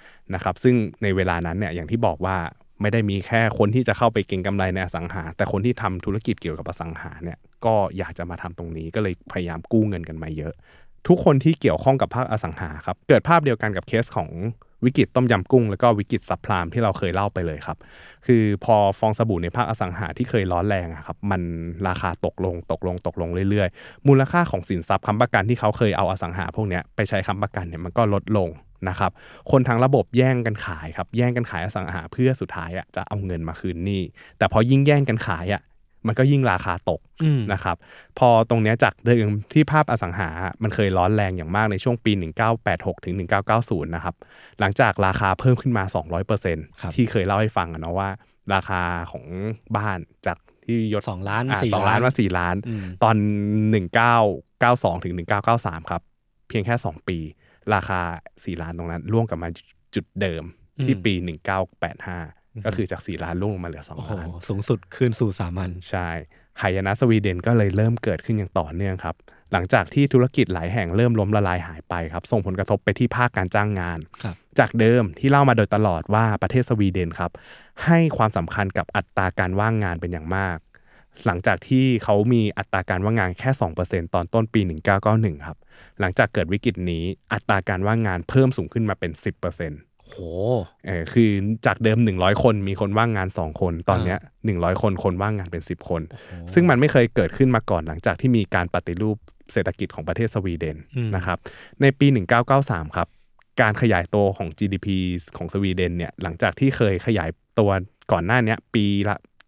นะครับซึ่งในเวลานั้นเนี่ยอย่างที่บอกว่าไม่ได้มีแค่คนที่จะเข้าไปเก็งกำไรในอสังหาแต่คนที่ทำธุรกิจเกี่ยวกับอสังหาเนี่ยก็อยากจะมาทำตรงนี้ก็เลยพยายามกู้เงินกันมาเยอะทุกคนที่เกี่ยวข้องกับภาคอสังหาครับเกิดภาพเดียวกันกับเคสของวิกฤตต้มยำกุ้งแล้วก็วิกฤตซับไพรม์ที่เราเคยเล่าไปเลยครับคือพอฟองสบู่ในภาคอสังหาที่เคยร้อนแรงครับมันราคาตกลงเรื่อยๆมูลค่าของสินทรัพย์ค้ำประกันที่เขาเคยเอาอสังหาพวกนี้ไปใช้ค้ำประกันเนี่ยมันก็ลดลงนะครับคนทางระบบแย่งกันขายครับแย่งกันขายอสังหาเพื่อสุดท้ายจะเอาเงินมาคืนหนี้แต่พอยิ่งแย่งกันขายมันก็ยิ่งราคาตกนะครับพอตรงนี้จากเดิมที่ภาพอสังหามันเคยร้อนแรงอย่างมากในช่วงปี1986ถึง1990นะครับหลังจากราคาเพิ่มขึ้นมา 200% ที่เคยเล่าให้ฟังนะว่าราคาของบ้านจากที่ยศ 2 ล้าน 4 ล้านมา4ล้านตอน1992ถึง1993ครับเพียงแค่2ปีราคา4ล้านตรงนั้นร่วงกลับมาจุดเดิมที่ปี1985ก็คือจาก4ล้านลงมาเหลือ2ล้านสูงสุดคืนสู่สามัญใช่หายนะสวีเดนก็เลยเริ่มเกิดขึ้นอย่างต่อเนื่องครับหลังจากที่ธุรกิจหลายแห่งเริ่มล้มละลายหายไปครับส่งผลกระทบไปที่ภาคการจ้างงานจากเดิมที่เล่ามาโดยตลอดว่าประเทศสวีเดนครับให้ความสำคัญกับอัตราการว่างงานเป็นอย่างมากหลังจากที่เขามีอัตราการว่างงานแค่ 2% ตอนต้นปี1991ครับหลังจากเกิดวิกฤตนี้อัตราการว่างงานเพิ่มสูงขึ้นมาเป็น 10% โหคือจากเดิม100คนมีคนว่างงาน2คนตอนเนี้ย100คนว่างงานเป็น10คนซึ่งมันไม่เคยเกิดขึ้นมาก่อนหลังจากที่มีการปฏิรูปเศรษฐกิจของประเทศสวีเดนนะครับในปี1993ครับการขยายตัวของ GDP ของสวีเดนเนี่ยหลังจากที่เคยขยายตัวก่อนหน้านี้ปีละ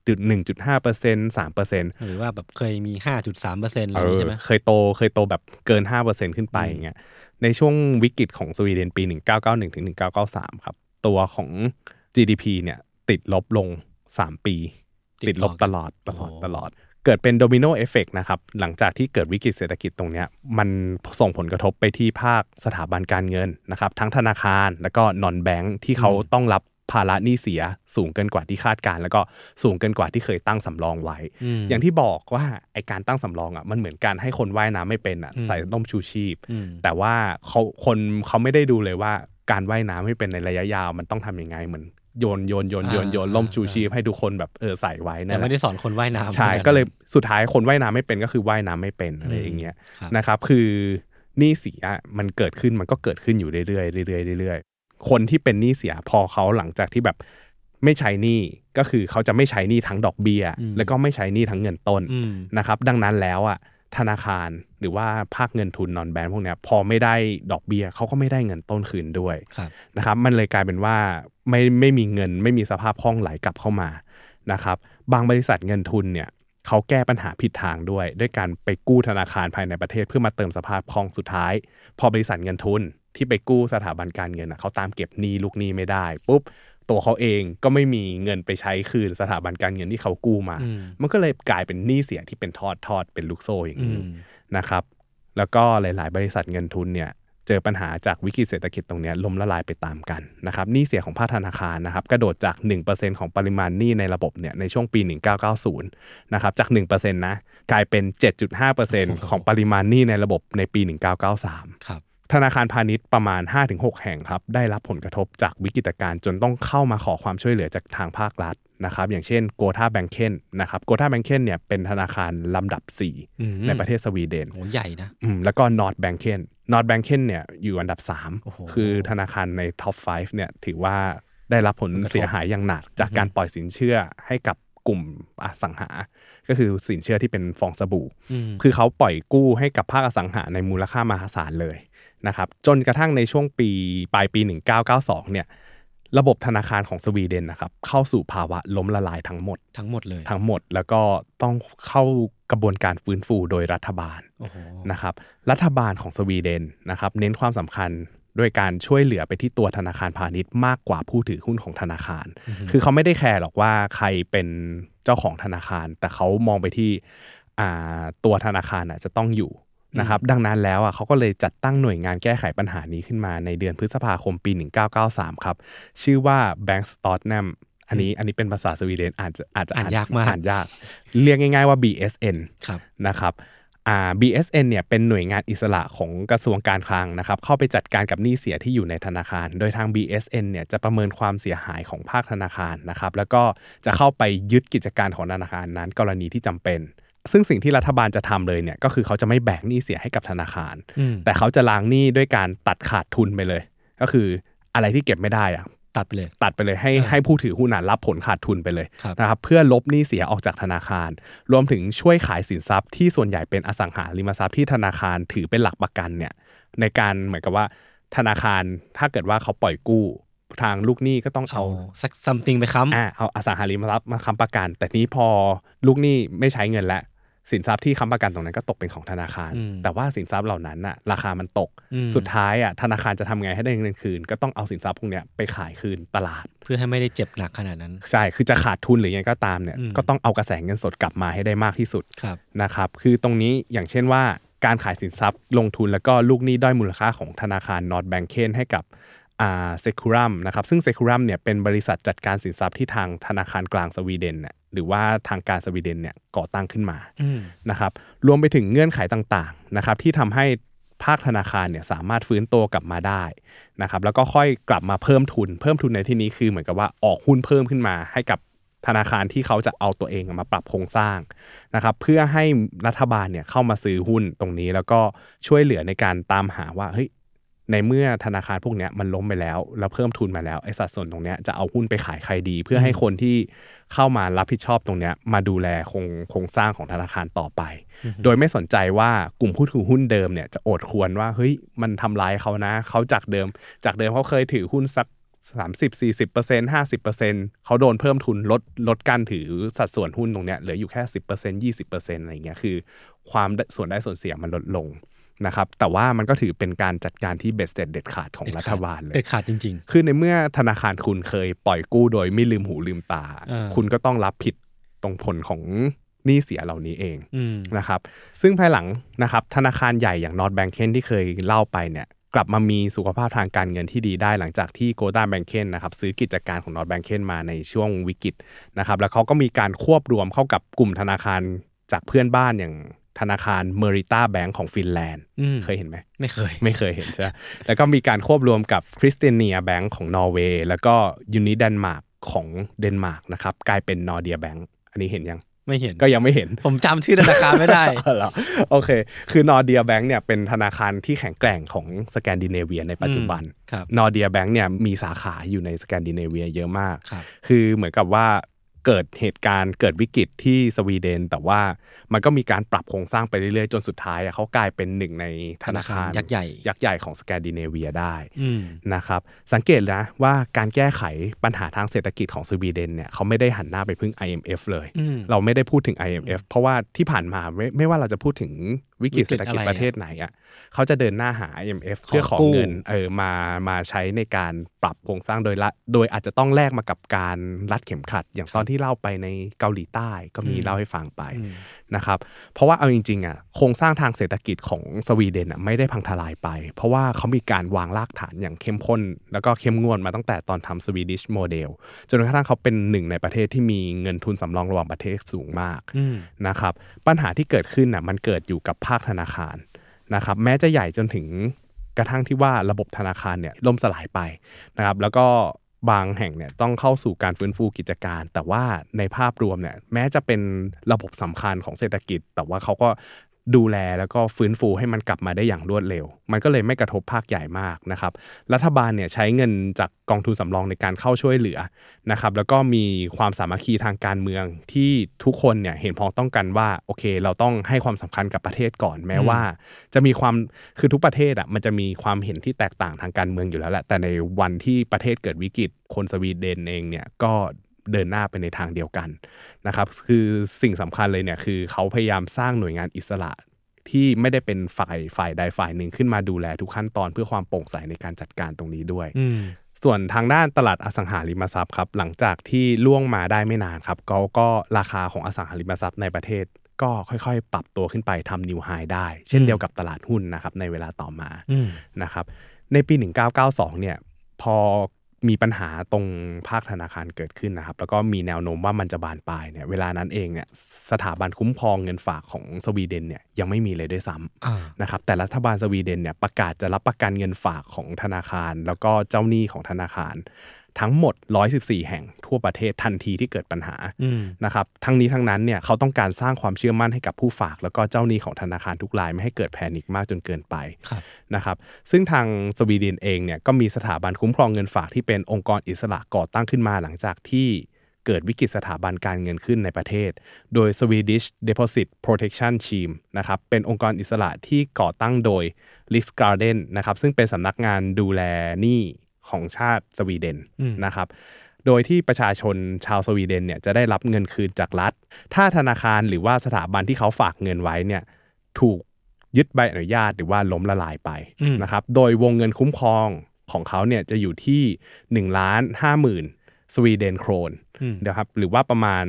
1.5% 3% หรือว่าแบบเคยมี 5.3% อะไรใช่ไหมเคยโตแบบเกิน 5% ขึ้นไปอย่างเงี้ยในช่วงวิกฤตของสวีเดนปี1991ถึง1993ครับตัวของ GDP เนี่ยติดลบลง3ปีติดลบตลอดเกิดเป็นโดมิโนเอฟเฟกต์นะครับหลังจากที่เกิดวิกฤตเศรษฐกิจตรงเนี้ยมันส่งผลกระทบไปที่ภาคสถาบันการเงินนะครับทั้งธนาคารแล้วก็นอนแบงค์ที่เขาต้องรับภาระหนี้เสียสูงเกินกว่าที่คาดการแล้วก็สูงเกินกว่าที่เคยตั้งสำรองไว้อย่างที่บอกว่าไอการตั้งสำรองมันเหมือนการให้คนว่ายน้ำไม่เป็นใส่ร่มชูชีพแต่ว่าเขาไม่ได้ดูเลยว่าการว่ายน้ำไม่เป็นในระยะยาวมันต้องทำยังไงเหมือนโยนล่มชูชีพให้ทุกคนแบบใส่ไว้นะแต่ไม่ได้สอนคนว่ายน้ำใช่ก็เลยสุดท้ายคนว่ายน้ำไม่เป็นก็คือว่ายน้ำไม่เป็นอะไรอย่างเงี้ยนะครับคือหนี้เสียมันเกิดขึ้นมันก็เกิดขึ้นอยู่เรื่อยคนที่เป็นหนี้เสียพอเขาหลังจากที่แบบไม่ใช้หนี้ก็คือเขาจะไม่ใช้หนี้ทั้งดอกเบี้ยแล้วก็ไม่ใช้หนี้ทั้งเงินต้นนะครับดังนั้นแล้วธนาคารหรือว่าภาคเงินทุนนอนแบงก์พวกนี้พอไม่ได้ดอกเบี้ยเขาก็ไม่ได้เงินต้นคืนด้วยนะครับมันเลยกลายเป็นว่าไม่มีเงินไม่มีสภาพคล่องไหลกลับเข้ามานะครับบางบริษัทเงินทุนเนี่ยเขาแก้ปัญหาผิดทางด้วยการไปกู้ธนาคารภายในประเทศเพื่อมาเติมสภาพคล่องสุดท้ายพอบริษัทเงินทุนที่ไปกู้สถาบันการเงินเขาตามเก็บหนี้ลูกหนี้ไม่ได้ปุ๊บตัวเขาเองก็ไม่มีเงินไปใช้คืนสถาบันการเงินที่เขากู้มามันก็เลยกลายเป็นหนี้เสียที่เป็นทอดเป็นลูกโซ่อย่างนี้นะครับแล้วก็หลายๆบริษัทเงินทุนเนี่ยเจอปัญหาจากวิกฤตเศรษฐกิจตรงนี้ล้มละลายไปตามกันนะครับหนี้เสียของภาคธนาคารนะครับกระโดดจาก 1% ของปริมาณหนี้ในระบบเนี่ยในช่วงปี1990นะครับจาก 1% นะกลายเป็น 7.5% ของปริมาณหนี้ในระบบในปี1993 ครับธนาคารพาณิชย์ประมาณ 5-6 แห่งครับได้รับผลกระทบจากวิกฤตการณ์จนต้องเข้ามาขอความช่วยเหลือจากทางภาครัฐนะครับอย่างเช่นโกธาแบงเคนนะครับโกธาแบงเคนเนี่ยเป็นธนาคารลำดับ4ในประเทศสวีเดนโหใหญ่นะแล้วก็นอร์ทแบงเคนเนี่ยอยู่อันดับ3คือธนาคารในท็อป5เนี่ยถือว่าได้รับผลเสียหายอย่างหนักจากการปล่อยสินเชื่อให้กับกลุ่มอสังหาก็คือสินเชื่อที่เป็นฟองสบู่คือเขาปล่อยกู้ให้กับภาคอสังหาในมูลค่ามหาศาลเลยนะครับจนกระทั่งในช่วงปลายปี1992เนี่ยระบบธนาคารของสวีเดนนะครับเข้าสู่ภาวะล้มละลายทั้งหมดเลยแล้วก็ต้องเข้ากระบวนการฟื้นฟูโดยรัฐบาลนะครับรัฐบาลของสวีเดนนะครับเน้นความสำคัญด้วยการช่วยเหลือไปที่ตัวธนาคารพาณิชย์มากกว่าผู้ถือหุ้นของธนาคารคือเขาไม่ได้แคร์หรอกว่าใครเป็นเจ้าของธนาคารแต่เขามองไปที่ตัวธนาคารจะต้องอยู่นะครับดังนั้นแล้วเขาก็เลยจัดตั้งหน่วยงานแก้ไขปัญหานี้ขึ้นมาในเดือนพฤษภาคมปี1993ครับชื่อว่า Bankstaten อันนี้เป็นภาษาสวีเดนอาจจะอ่านยากมากอ่านยากเรียกง่ายๆว่า BSN นะครับ BSN เนี่ยเป็นหน่วยงานอิสระของกระทรวงการคลังนะครับเข้าไปจัดการกับหนี้เสียที่อยู่ในธนาคารโดยทาง BSN เนี่ยจะประเมินความเสียหายของภาคธนาคารนะครับแล้วก็จะเข้าไปยึดกิจการของธนาคารนั้นกรณีที่จำเป็นซึ่งสิ่งที่รัฐบาลจะทำเลยเนี่ยก็คือเขาจะไม่แบกหนี้เสียให้กับธนาคารแต่เขาจะล้างหนี้ด้วยการตัดขาดทุนไปเลยก็คืออะไรที่เก็บไม่ได้อะตัดไปเลยให้ผู้ถือหุ้นรับผลขาดทุนไปเลยนะครับเพื่อลบหนี้เสียออกจากธนาคารรวมถึงช่วยขายสินทรัพย์ที่ส่วนใหญ่เป็นอสังหาริมทรัพย์ที่ธนาคารถือเป็นหลักประกันเนี่ยในการเหมือนกับว่าธนาคารถ้าเกิดว่าเขาปล่อยกู้ทางลูกหนี้ก็ต้องเอาสัก something ไปค้ำเอาอสังหาริมทรัพย์มาค้ำประกันแต่นี้พอลูกหนี้ไม่ใช้เงินแล้วสินทรัพย์ที่ค้ำประกันตรงนั้นก็ตกเป็นของธนาคารแต่ว่าสินทรัพย์เหล่านั้นน่ะราคามันตกสุดท้ายอ่ะธนาคารจะทำไงให้ได้เงินคืนก็ต้องเอาสินทรัพย์พวกเนี้ยไปขายคืนตลาดเพื่อให้ไม่ได้เจ็บหนักขนาดนั้นใช่คือจะขาดทุนหรือยังไงก็ตามเนี่ยก็ต้องเอากระแสเงินสดกลับมาให้ได้มากที่สุดนะครับคือตรงนี้อย่างเช่นว่าการขายสินทรัพย์ลงทุนแล้วก็ลูกหนี้ด้อยมูลค่าของธนาคารนอร์ทแบงเคนให้กับSecurum นะครับซึ่ง Securum เนี่ยเป็นบริษัทจัดการสินทรัพย์ที่ทางธนาคารกลางสวีเดนเนี่ยหรือว่าทางการสวีเดนเนี่ยก่อตั้งขึ้นมานะครับรวมไปถึงเงื่อนไขต่างๆนะครับที่ทำให้ภาคธนาคารเนี่ยสามารถฟื้นตัวกลับมาได้นะครับแล้วก็ค่อยกลับมาเพิ่มทุนในที่นี้คือเหมือนกับว่าออกหุ้นเพิ่มขึ้นมาให้กับธนาคารที่เขาจะเอาตัวเองมาปรับโครงสร้างนะครับเพื่อให้รัฐบาลเนี่ยเข้ามาซื้อหุ้นตรงนี้แล้วก็ช่วยเหลือในการตามหาว่าเฮ้ยในเมื่อธนาคารพวกนี้มันล้มไปแล้วเพิ่มทุนมาแล้วไอ้สัดส่วนตรงนี้จะเอาหุ้นไปขายใครดีเพื่อให้คนที่เข้ามารับผิดชอบตรงนี้มาดูแลโครงสร้างของธนาคารต่อไปโดยไม่สนใจว่ากลุ่มผู้ถือหุ้นเดิมเนี่ยจะโอดครวญว่าเฮ้ยมันทำร้ายเขานะเขาจากเดิมเขาเคยถือหุ้นสัก30-40% 50% เขาโดนเพิ่มทุนลดการถือสัดส่วนหุ้นตรงเนี้ยเหลืออยู่แค่ 10% 20% อะไรเงี้ยคือความส่วนได้ส่วนเสียมันลดลงนะครับแต่ว่ามันก็ถือเป็นการจัดการที่เบ็ดเสร็จเด็ดขาดของรัฐบาลเลยเด็ดขาดจริงๆคือในเมื่อธนาคารคุณเคยปล่อยกู้โดยไม่ลืมหูลืมตาคุณก็ต้องรับผิดตรงผลของหนี้เสียเหล่านี้เองนะครับซึ่งภายหลังนะครับธนาคารใหญ่อย่างนอร์ทแบงเคนที่เคยเล่าไปเนี่ยกลับมามีสุขภาพทางการเงินที่ดีได้หลังจากที่โกลด้าแบงเคนนะครับซื้อกิจการของนอร์ทแบงเคนมาในช่วงวิกฤตนะครับแล้วเขาก็มีการควบรวมเข้ากับกลุ่มธนาคารจากเพื่อนบ้านอย่างธนาคารเมอริต้าแบงก์ของฟินแลนด์เคยเห็นไหมไม่เคยเห็นใช่ไหมแล้วก็มีการควบรวมกับคริสเตียเนียแบงก์ของนอร์เวย์แล้วก็ยูนิเดนมาร์กของเดนมาร์กนะครับกลายเป็นนอร์เดียแบงก์อันนี้เห็นยังไม่เห็นก็ยังไม่เห็นผมจำชื่อธนาคารไม่ได้โอเคคือนอร์เดียแบงก์เนี่ยเป็นธนาคารที่แข็งแกร่งของสแกนดิเนเวียในปัจจุบันนอร์เดียแบงก์เนี่ยมีสาขาอยู่ในสแกนดิเนเวียเยอะมากคือเหมือนกับว่าเกิดเหตุการณ์เกิดวิกฤตที่สวีเดนแต่ว่ามันก็มีการปรับโครงสร้างไปเรื่อยๆจนสุดท้ายเขากลายเป็นหนึ่งในธนาคารยักษ์ใหญ่ของสแกนดิเนเวียได้นะครับสังเกตนะว่าการแก้ไขปัญหาทางเศรษฐกิจของสวีเดนเนี่ยเขาไม่ได้หันหน้าไปพึ่ง IMF เลยเราไม่ได้พูดถึง IMF เพราะว่าที่ผ่านมาไม่ว่าเราจะพูดถึงวิกฤตเศรษฐกิจประเทศไหนอ่ะเขาจะเดินหน้าหา IMF เพื่อขอเงินมาใช้ในการปรับโครงสร้างโดยอาจจะต้องแลกมากับการรัดเข็มขัดอย่างตอนที่เล่าไปในเกาหลีใต้ก็มีเล่าให้ฟังไปนะครับเพราะว่าเอาจริงๆอ่ะโครงสร้างทางเศรษฐกิจของสวีเดนอ่ะไม่ได้พังทลายไปเพราะว่าเขามีการวางรากฐานอย่างเข้มข้นแล้วก็เข้มงวดมาตั้งแต่ตอนทำสวีดิชโมเดลจนกระทั่งเขาเป็นหนึ่งในประเทศที่มีเงินทุนสำรองระหว่างประเทศสูงมากนะครับปัญหาที่เกิดขึ้นอ่ะมันเกิดอยู่กับภาคธนาคารนะครับแม้จะใหญ่จนถึงกระทั่งที่ว่าระบบธนาคารเนี่ยล่มสลายไปนะครับแล้วก็บางแห่งเนี่ยต้องเข้าสู่การฟื้นฟูกิจการแต่ว่าในภาพรวมเนี่ยแม้จะเป็นระบบสำคัญของเศรษฐกิจแต่ว่าเขาก็ดูแลแล้วก็ฟื้นฟูให้มันกลับมาได้อย่างรวดเร็วมันก็เลยไม่กระทบภาคใหญ่มากนะครับรัฐบาลเนี่ยใช้เงินจากกองทุนสำรองในการเข้าช่วยเหลือนะครับแล้วก็มีความสามัคคีทางการเมืองที่ทุกคนเนี่ยเห็นพ้องต้องกันว่าโอเคเราต้องให้ความสำคัญกับประเทศก่อนแม้ว่าจะมีความคือทุกประเทศอ่ะมันจะมีความเห็นที่แตกต่างทางการเมืองอยู่แล้วแหละแต่ในวันที่ประเทศเกิดวิกฤตคนสวีเดนเองเนี่ยก็เดินหน้าไปในทางเดียวกันนะครับคือสิ่งสำคัญเลยเนี่ยคือเขาพยายามสร้างหน่วยงานอิสระที่ไม่ได้เป็นฝ่ายใดฝ่ายหนึ่งขึ้นมาดูแลทุกขั้นตอนเพื่อความโปร่งใสในการจัดการตรงนี้ด้วยส่วนทางด้านตลาดอสังหาริมทรัพย์ครับหลังจากที่ล่วงมาได้ไม่นานครับก็ราคาของอสังหาริมทรัพย์ในประเทศก็ค่อยๆปรับตัวขึ้นไปทำนิวไฮได้เช่นเดียวกับตลาดหุ้นนะครับในเวลาต่อมานะครับในปี1992เนี่ยพอมีปัญหาตรงภาคธนาคารเกิดขึ้นนะครับแล้วก็มีแนวโน้มว่ามันจะบานปลายเนี่ยเวลานั้นเองเนี่ยสถาบันคุ้มครองเงินฝากของสวีเดนเนี่ยยังไม่มีเลยด้วยซ้ำนะครับแต่รัฐบาลสวีเดนเนี่ยประกาศจะรับประกันเงินฝากของธนาคารแล้วก็เจ้าหนี้ของธนาคารทั้งหมด114แห่งทั่วประเทศทันทีที่เกิดปัญหานะครับทั้งนี้ทั้งนั้นเนี่ยเขาต้องการสร้างความเชื่อมั่นให้กับผู้ฝากแล้วก็เจ้าหนี้ของธนาคารทุกรายไม่ให้เกิดแพนิคมากจนเกินไปนะครับซึ่งทางสวีเดนเองเนี่ยก็มีสถาบันคุ้มครองเงินฝากที่เป็นองค์กรอิสระก่อตั้งขึ้นมาหลังจากที่เกิดวิกฤตสถาบันการเงินขึ้นในประเทศโดย Swedish Deposit Protection Scheme นะครับเป็นองค์กรอิสระที่ก่อตั้งโดย Riksgarden นะครับซึ่งเป็นสำนักงานดูแลหนี้ของชาติสวีเดนนะครับโดยที่ประชาชนชาวสวีเดนเนี่ยจะได้รับเงินคืนจากรัฐถ้าธนาคารหรือว่าสถาบันที่เขาฝากเงินไว้เนี่ยถูกยึดใบอนุญาตหรือว่าล้มละลายไปนะครับโดยวงเงินคุ้มครองของเขาเนี่ยจะอยู่ที่ 1,50,000 สวีเดนโครนนะครับหรือว่าประมาณ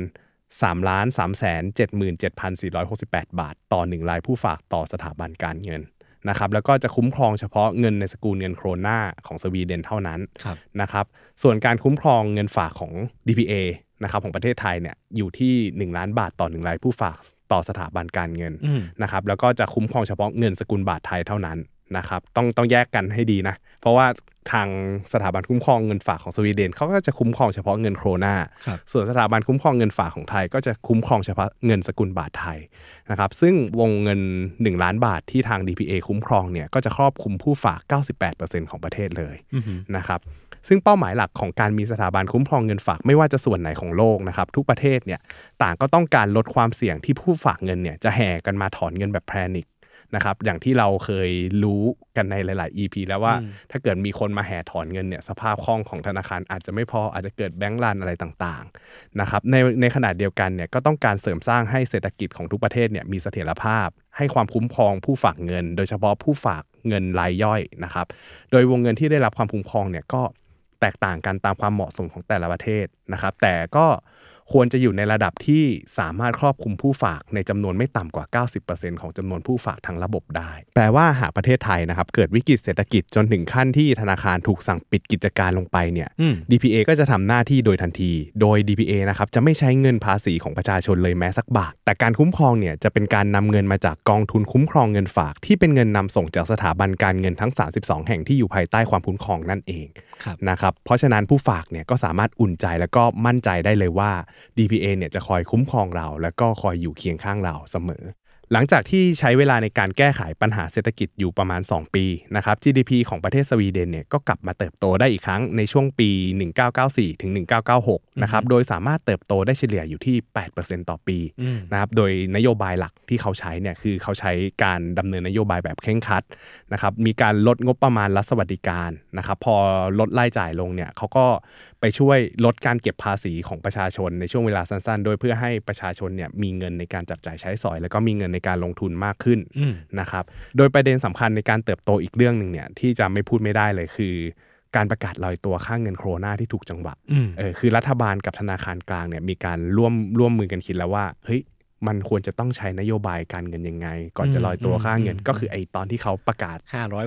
3,377,468 บาทต่อ1รายผู้ฝากต่อสถาบันการเงินนะครับแล้วก็จะคุ้มครองเฉพาะเงินในสกุลเงินโครนาของสวีเดนเท่านั้นนะครับส่วนการคุ้มครองเงินฝากของ DPA นะครับของประเทศไทยเนี่ยอยู่ที่1ล้านบาทต่อ1รายผู้ฝากต่อสถาบันการเงินนะครับแล้วก็จะคุ้มครองเฉพาะเงินสกุลบาทไทยเท่านั้นนะครับต้องแยกกันให้ดีนะเพราะว่าทางสถาบันคุ้มครองเงินฝากของสวีเดนเขาก็จะคุ้มครองเฉพาะเงินโครนาส่วนสถาบันคุ้มครองเงินฝากของไทยก็จะคุ้มครองเฉพาะเงินสกุลบาทไทยนะครับซึ่งวงเงิน1ล้านบาทที่ทาง DPA คุ้มครองเนี่ยก็จะครอบคลุมผู้ฝาก 98% ของประเทศเลยนะครับซึ่งเป้าหมายหลักของการมีสถาบันคุ้มครองเงินฝากไม่ว่าจะส่วนไหนของโลกนะครับทุกประเทศเนี่ยต่างก็ต้องการลดความเสี่ยงที่ผู้ฝากเงินเนี่ยจะแห่กันมาถอนเงินแบบแพนิคนะครับอย่างที่เราเคยรู้กันในหลายๆ EP แล้วว่าถ้าเกิดมีคนมาแห่ถอนเงินเนี่ยสภาพคล่องของธนาคารอาจจะไม่พออาจจะเกิดแบงก์รันอะไรต่างๆนะครับในขณะเดียวกันเนี่ยก็ต้องการเสริมสร้างให้เศรษฐกิจของทุกประเทศเนี่ยมีเสถียรภาพให้ความคุ้มครองผู้ฝากเงินโดยเฉพาะผู้ฝากเงินรายย่อยนะครับโดยวงเงินที่ได้รับความคุ้มครองเนี่ยก็แตกต่างกันตามความเหมาะสมของแต่ละประเทศนะครับแต่ก็ควรจะอยู่ในระดับที่สามารถครอบคลุมผู้ฝากในจำนวนไม่ต่ำกว่า 90% ของจำนวนผู้ฝากทั้งระบบได้แปลว่าหากประเทศไทยนะครับเกิดวิกฤตเศรษฐกิจจนถึงขั้นที่ธนาคารถูกสั่งปิดกิจการลงไปเนี่ย DPA ก็จะทำหน้าที่โดยทันทีโดย DPA นะครับจะไม่ใช้เงินภาษีของประชาชนเลยแม้สักบาทแต่การคุ้มครองเนี่ยจะเป็นการนำเงินมาจากกองทุนคุ้มครองเงินฝากที่เป็นเงินนำส่งจากสถาบันการเงินทั้ง32แห่งที่อยู่ภายใต้ความคุ้มครองนั่นเองนะครับเพราะฉะนั้นผู้ฝากเนี่ยก็สามารถอุ่นใจแล้วก็มั่นใจได้เลยว่า DPA เนี่ยจะคอยคุ้มครองเราแล้วก็คอยอยู่เคียงข้างเราเสมอหลังจากที่ใช้เวลาในการแก้ไขปัญหาเศรษฐกิจอยู่ประมาณ2ปีนะครับ GDP ของประเทศสวีเดนเนี่ยก็กลับมาเติบโตได้อีกครั้งในช่วงปี1994ถึง1996นะครับโดยสามารถเติบโตได้เฉลี่ยอยู่ที่ 8% ต่อปีนะครับโดยนโยบายหลักที่เขาใช้เนี่ยคือเขาใช้การดำเนินนโยบายแบบเคร่งครัดนะครับมีการลดงบประมาณรัฐสวัสดิการนะครับพอลดรายจ่ายลงเนี่ยเขาก็ไปช่วยลดการเก็บภาษีของประชาชนในช่วงเวลาสั้นๆโดยเพื่อให้ประชาชนเนี่ยมีเงินในการจับจ่ายใช้สอยแล้วก็มีเงินในการลงทุนมากขึ้นนะครับโดยประเด็นสำคัญในการเติบโตอีกเรื่องนึงเนี่ยที่จะไม่พูดไม่ได้เลยคือการประกาศลอยตัวค่าเงินโครนาที่ถูกจังหวะคือรัฐบาลกับธนาคารกลางเนี่ยมีการร่วมมือกันคิดแล้วว่าเฮ้ยมันควรจะต้องใช้นโยบายการเงินยังไงก่อนจะลอยตัวค่าเงินก็คือไอ้ตอนที่เขาประกาศ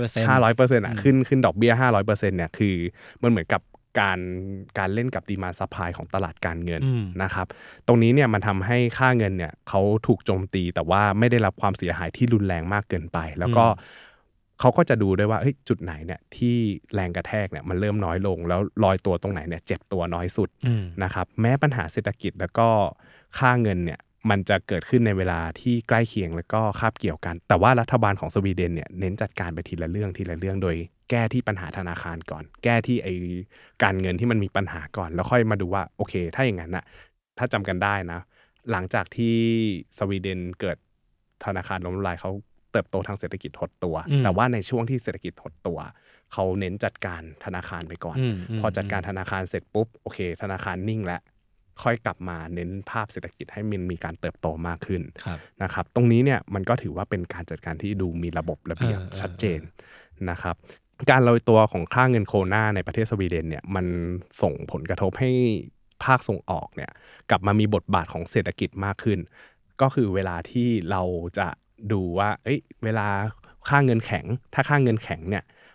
500% อ่ะขึ้นดอกเบี้ย 500% เนี่ยคือมันเหมือนกับการเล่นกับดีมานด์ซัพพลายของตลาดการเงินนะครับตรงนี้เนี่ยมันทำให้ค่าเงินเนี่ยเขาถูกโจมตีแต่ว่าไม่ได้รับความเสียหายที่รุนแรงมากเกินไปแล้วก็เขาก็จะดูด้วยว่าจุดไหนเนี่ยที่แรงกระแทกเนี่ยมันเริ่มน้อยลงแล้วลอยตัวตรงไหนเนี่ยเจ็บตัวน้อยสุดนะครับแม้ปัญหาเศรษฐกิจแล้วก็ค่าเงินเนี่ยมันจะเกิดขึ้นในเวลาที่ใกล้เคียงแล้วก็คาบเกี่ยวกันแต่ว่ารัฐบาลของสวีเดนเนี่ยเน้นจัดการไปทีละเรื่องโดยแก้ที่ปัญหาธนาคารก่อนแก้ที่ไอการเงินที่มันมีปัญหาก่อนแล้วค่อยมาดูว่าโอเคถ้าอย่างนั้นน่ะถ้าจำกันได้นะหลังจากที่สวีเดนเกิดธนาคารล้มละลายเขาเติบโตทางเศรษฐกิจหดตัวแต่ว่าในช่วงที่เศรษฐกิจหดตัวเขาเน้นจัดการธนาคารไปก่อนพอจัดการธนาคารเสร็จปุ๊บโอเคธนาคารนิ่งแล้วค่อยกลับมาเน้นภาพเศรษฐกิจให้มันมีการเติบโตมากขึ้นนะครับตรงนี้เนี่ยมันก็ถือว่าเป็นการจัดการที่ดูมีระบบระเบียบชัดเจนนะครับการลอยตัวของค่าเงินโครนาในประเทศสวีเดนเนี่ยมันส่งผลกระทบให้ภาคส่งออกเนี่ยกลับมามีบทบาทของเศรษฐกิจมากขึ้นก็คือเวลาที่เราจะดูว่าเวลาค่าเงินแข็งถ้าค่าเงินแข็งเนี่ย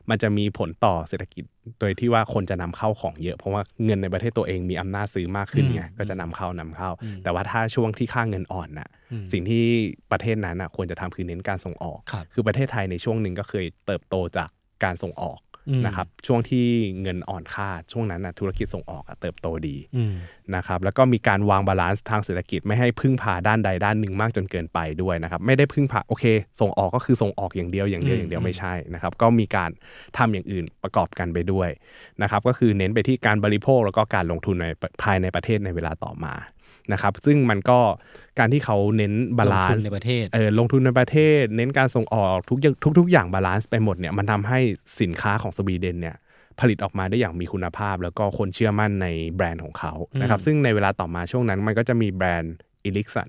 มันจะมีผลต่อเศรษฐกิจโดยที่ว่าคนจะนำเข้าของเยอะเพราะว่าเงินในประเทศตัวเองมีอำนาจซื้อมากขึ้นไงก็จะนำเข้าแต่ว่าถ้าช่วงที่ค่าเงินอ่อนน่ะสิ่งที่ประเทศนั้นน่ะควรจะทำคือเน้นการส่งออกคือประเทศไทยในช่วงหนึ่งก็เคยเติบโตจากการส่งออกนะครับช่วงที่เงินอ่อนค่าช่วงนั้นนะธุรกิจส่งออกเติบโตดีนะครับแล้วก็มีการวางบาลานซ์ทางเศรษฐกิจไม่ให้พึ่งพาด้านใดด้านหนึ่งมากจนเกินไปด้วยนะครับไม่ได้พึ่งพาโอเคส่งออกก็คือส่งออกอย่างเดียวไม่ใช่นะครับก็มีการทำอย่างอื่นประกอบกันไปด้วยนะครับก็คือเน้นไปที่การบริโภคแล้วก็การลงทุนในภายในประเทศในเวลาต่อมานะครับซึ่งมันก็การที่เขาเน้นบาลานซ์ในประเทศลงทุนในประเทศเน้นการส่งออกทุกอย่างบาลานซ์ไปหมดเนี่ยมันทำให้สินค้าของสวีเดนเนี่ยผลิตออกมาได้อย่างมีคุณภาพแล้วก็คนเชื่อมั่นในแบรนด์ของเขานะครับซึ่งในเวลาต่อมาช่วงนั้นมันก็จะมีแบรนด์อิลิกสัน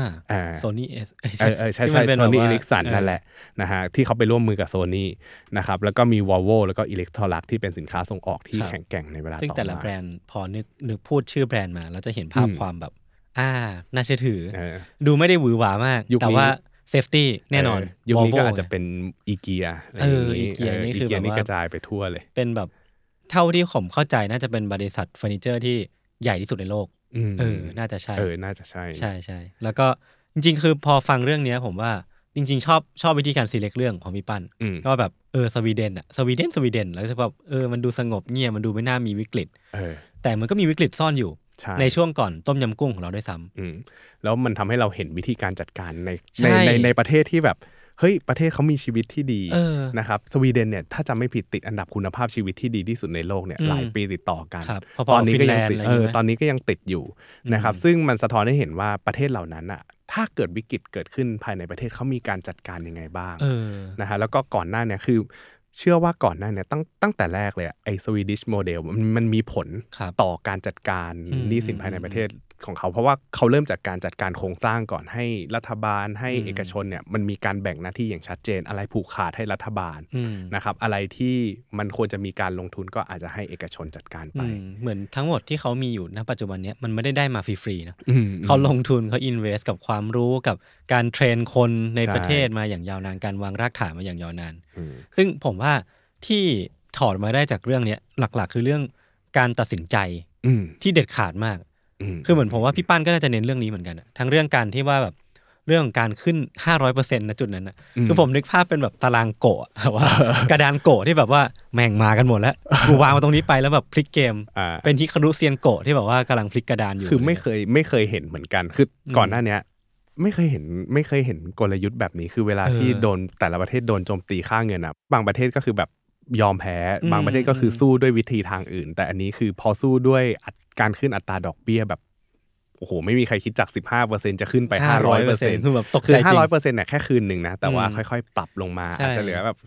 Sony ใช่ๆ Sony Ericsson นั่นแหละนะฮะที่เขาไปร่วมมือกับ Sony นะครับแล้วก็มี Volvo แล้วก็ Electrolux ที่เป็นสินค้าส่งออกที่แข็งแกร่งในเวลาต่อมาซึ่งแต่ละแบรนด์พอนึกพูดชื่อแบรนด์มาเราจะเห็นภาพความแบบน่าเชื่อถือดูไม่ได้หวือหวามากแต่ว่าเซฟตี้แน่นอนยุคนี้ก็อาจจะเป็นอีเกียอีเกียนี่คือแบบว่ากระจายไปทั่วเลยเป็นแบบเท่าที่ผมเข้าใจน่าจะเป็นบริษัทเฟอร์นิเจอร์ที่ใหญ่ที่สุดในโลกน่าจะใช่น่าจะใช่ใช่แล้วก็จริงๆคือพอฟังเรื่องนี้ผมว่าจริงๆชอบวิธีการซีเล็กเรื่องของพี่ปั้นก็แบบสวีเดนสวีเดนแล้วจะแบบมันดูสงบเงียบมันดูไม่น่ามีวิกฤตแต่มันก็มีวิกฤตซ่อนอยู่ในช่วงก่อนต้มยำกุ้งของเราด้วยซ้ำแล้วมันทำให้เราเห็นวิธีการจัดการในประเทศที่แบบเฮ้ยประเทศเขามีชีวิตที่ดีนะครับสวีเดนเนี่ยถ้าจำไม่ผิดติดอันดับคุณภาพชีวิตที่ดีที่สุดในโลกเนี่ยหลายปีติดต่อกันตอนนี้ก็ยังติดตอนนี้ก็ยังติดอยู่นะครับซึ่งมันสะท้อนให้เห็นว่าประเทศเหล่านั้นอ่ะถ้าเกิดวิกฤตเกิดขึ้นภายในประเทศเขามีการจัดการยังไงบ้างนะฮะแล้วก็ก่อนหน้าเนี่ยคือเชื่อว่าก่อนหน้าเนี่ยตั้งแต่แรกเลยไอ้สวีดิชโมเดลมันมีผลต่อการจัดการหนี้สินภายในประเทศของเขาเพราะว่าเขาเริ่มจากการจัดการโครงสร้างก่อนให้รัฐบาลให้เอกชนเนี่ยมันมีการแบ่งหน้าที่อย่างชัดเจนอะไรผูกขาดให้รัฐบาลนะครับอะไรที่มันควรจะมีการลงทุนก็อาจจะให้เอกชนจัดการไปเหมือนทั้งหมดที่เขามีอยู่ณปัจจุบันนี้มันไม่ได้มาฟรีๆนะเขาลงทุนเขาอินเวสต์กับความรู้กับการเทรนคนในประเทศมาอย่างยาวนานการวางรากฐานมาอย่างยาวนานซึ่งผมว่าที่ถอดมาได้จากเรื่องนี้หลักๆคือเรื่องการตัดสินใจที่เด็ดขาดมากคือเหมือนผมว่าพี่ปั้นก็น่าจะเน้นเรื่องนี้เหมือนกันทั้งเรื่องการที่ว่าแบบเรื่องการขึ้น 500% ณจุดนั้นนะคือผมนึกภาพเป็นแบบตารางโกะว่ากระดานโกะที่แบบว่าแม่งมากันหมดแล้วกูวางมาตรงนี้ไปแล้วแบบพลิกเกมเป็นฮิคารุเซียนโกะที่แบบว่ากำลังพลิกกระดานอยู่คือไม่เคยเห็นเหมือนกันคือก่อนหน้านี้ไม่เคยเห็นกลยุทธ์แบบนี้คือเวลาที่โดนแต่ละประเทศโดนโจมตีค่าเงินบางประเทศก็คือแบบยอมแพ้บางประเทศก็คือสู้ด้วยวิธีทางอื่นแต่อันนี้คือพอสู้ด้วยการขึ้นอัตราดอกเบี้ยแบบโอ้โหไม่มีใครคิดจาก 15% จะขึ้นไป 500% คือแบบตกใจจริง 500% เนี่ยแค่คืนนึงนะแต่ว่าค่อยๆปรับลงมาอาจจะเหลือแบบ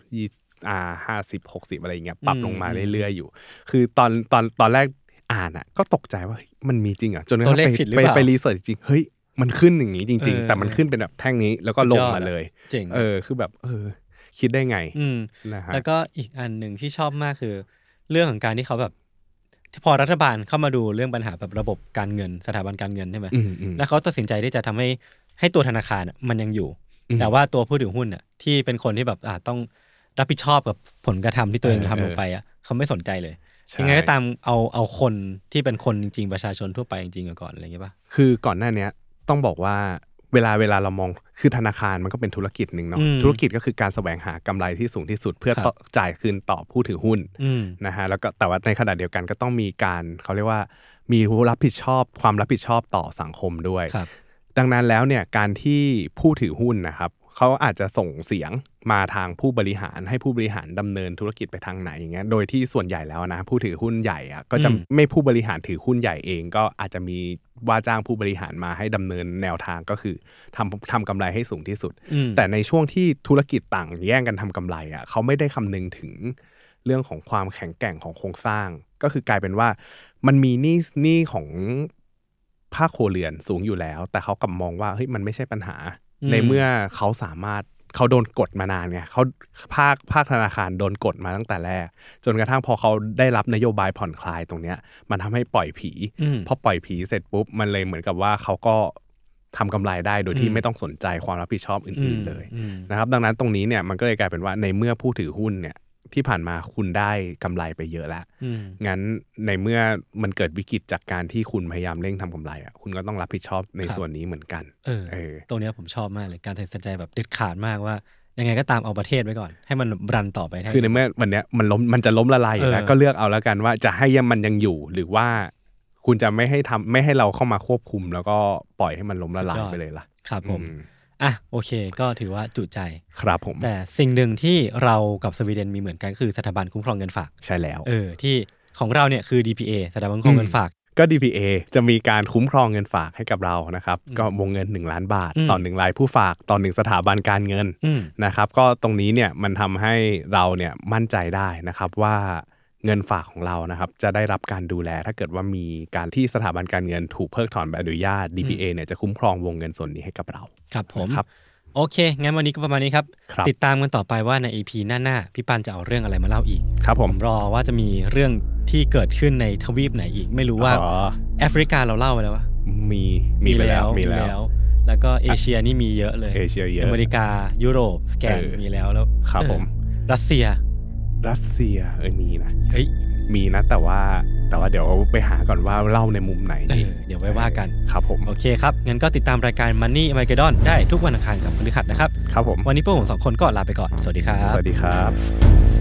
50-60อะไรอย่างเงี้ยปรับลงมาเรื่อยๆอยู่คือตอนแรกอ่านก็ตกใจว่ามันมีจริงอ่ะจนกระทั่งไปรีเสิร์ชจริงเฮ้ยมันขึ้นอย่างงี้จริงๆแต่มันขึ้นเป็นแบบแท่งนี้แล้วก็ลงมาเลยคือแบบคิดได้ไงนะฮะแล้วก็อีกอันหนึ่งที่ชอบมากคือเรื่องของการที่เขาแบบพอรัฐบาลเข้ามาดูเรื่องปัญหาแบบระบบการเงินสถาบันการเงินใช่ไหมแล้วเขาตัดสินใจที่จะทำให้ตัวธนาคารมันยังอยู่แต่ว่าตัวผู้ถือหุ้นที่เป็นคนที่แบบต้องรับผิดชอบกับผลกระทำที่ตัวเองทำลงไปเขาไม่สนใจเลยยังไงก็ตามเอาคนที่เป็นคนจริงๆประชาชนทั่วไปจริงๆก่อนอะไรอย่างเงี้ยป่ะคือก่อนหน้านี้ต้องบอกว่าเวลาเรามองคือธนาคารมันก็เป็นธุรกิจหนึ่งเนาะธุรกิจก็คือการแสวงหากำไรที่สูงที่สุดเพื่อจ่ายคืนต่อผู้ถือหุ้นนะฮะแล้วก็แต่ว่าในขณะเดียวกันก็ต้องมีการเขาเรียกว่ามีความรับผิดชอบต่อสังคมด้วยดังนั้นแล้วเนี่ยการที่ผู้ถือหุ้นนะครับเขาอาจจะส่งเสียงมาทางผู้บริหารให้ผู้บริหารดำเนินธุรกิจไปทางไหนอย่างเงี้ยโดยที่ส่วนใหญ่แล้วนะผู้ถือหุ้นใหญ่ก็จะไม่ผู้บริหารถือหุ้นใหญ่เองก็อาจจะมีว่าจ้างผู้บริหารมาให้ดำเนินแนวทางก็คือทำกำไรให้สูงที่สุดแต่ในช่วงที่ธุรกิจต่างแย่งกันทำกำไรเขาไม่ได้คำนึงถึงเรื่องของความแข็งแกร่งของโครงสร้างก็คือกลายเป็นว่ามันมีหนี้ของภาคครัวเรือนสูงอยู่แล้วแต่เขากลับมองว่าเฮ้ยมันไม่ใช่ปัญหาในเมื่อเขาโดนกดมานานไงเขาภาคธนาคารโดนกดมาตั้งแต่แรกจนกระทั่งพอเขาได้รับนโยบายผ่อนคลายตรงเนี้ยมันทำให้ปล่อยผีพอปล่อยผีเสร็จปุ๊บมันเลยเหมือนกับว่าเขาก็ทำกำไรได้โดยที่ไม่ต้องสนใจความรับผิดชอบอื่นๆเลยนะครับดังนั้นตรงนี้เนี่ยมันก็เลยกลายเป็นว่าในเมื่อผู้ถือหุ้นเนี่ยที่ผ่านมาคุณได้กำไรไปเยอะแล้วงั้นในเมื่อมันเกิดวิกฤตจากการที่คุณพยายามเร่งทำกำไรอ่ะคุณก็ต้องรับผิดชอบในส่วนนี้เหมือนกันตรงนี้ผมชอบมากเลยการตัดสินใจแบบเด็ดขาดมากว่ายังไงก็ตามเอาประเทศไว้ก่อนให้มันรันต่อไปคือในเมื่อวันนี้มันจะล้มละลายอยู่แล้วก็เลือกเอาแล้วกันว่าจะให้มันยังอยู่หรือว่าคุณจะไม่ให้เราเข้ามาควบคุมแล้วก็ปล่อยให้มันล้มละลายไปเลยล่ะครับผมโอเคก็ถือว่าจุใจครับผมแต่สิ่งหนึ่งที่เรากับสวีเดนมีเหมือนกันคือสถาบันคุ้มครองเงินฝากใช่แล้วที่ของเราเนี่ยคือ DPA สถาบันคุ้มครองเงินฝากก็ DPA จะมีการคุ้มครองเงินฝากให้กับเรานะครับก็วงเงิน1ล้านบาทต่อ1รายผู้ฝากต่อ1สถาบันการเงินนะครับก็ตรงนี้เนี่ยมันทำให้เราเนี่ยมั่นใจได้นะครับว่าเงินฝากของเรานะครับจะได้รับการดูแลถ้าเกิดว่ามีการที่สถาบันการเงินถูกเพิกถอนใบอนุญาต DPA เนี่ยจะคุ้มครองวงเงินส่วนนี้ให้กับเราครับผมโอเคงั้นวันนี้ก็ประมาณนี้ครับติดตามกันต่อไปว่าใน EP หน้าพี่ปันจะเอาเรื่องอะไรมาเล่าอีกครับผมรอว่าจะมีเรื่องที่เกิดขึ้นในทวีปไหนอีกไม่รู้ว่าแอฟริกาเราเล่าไปแล้ววะมีไปแล้วแล้วก็เอเชียนี่มีเยอะเลยเอเชียเยอะอเมริกายุโรปสแกนมีแล้วครับผมรัสเซียมีนะมีนะแต่ว่าเดี๋ยวไปหาก่อนว่าเล่าในมุมไหนเดี๋ยวไว้ว่ากันครับผมโอเคครับงั้นก็ติดตามรายการ Money Armageddon ได้ทุกวันอังคารกับพฤหัสนะครับครับผมวันนี้พวกผม2คนก็ลาไปก่อนสวัสดีครับสวัสดีครับ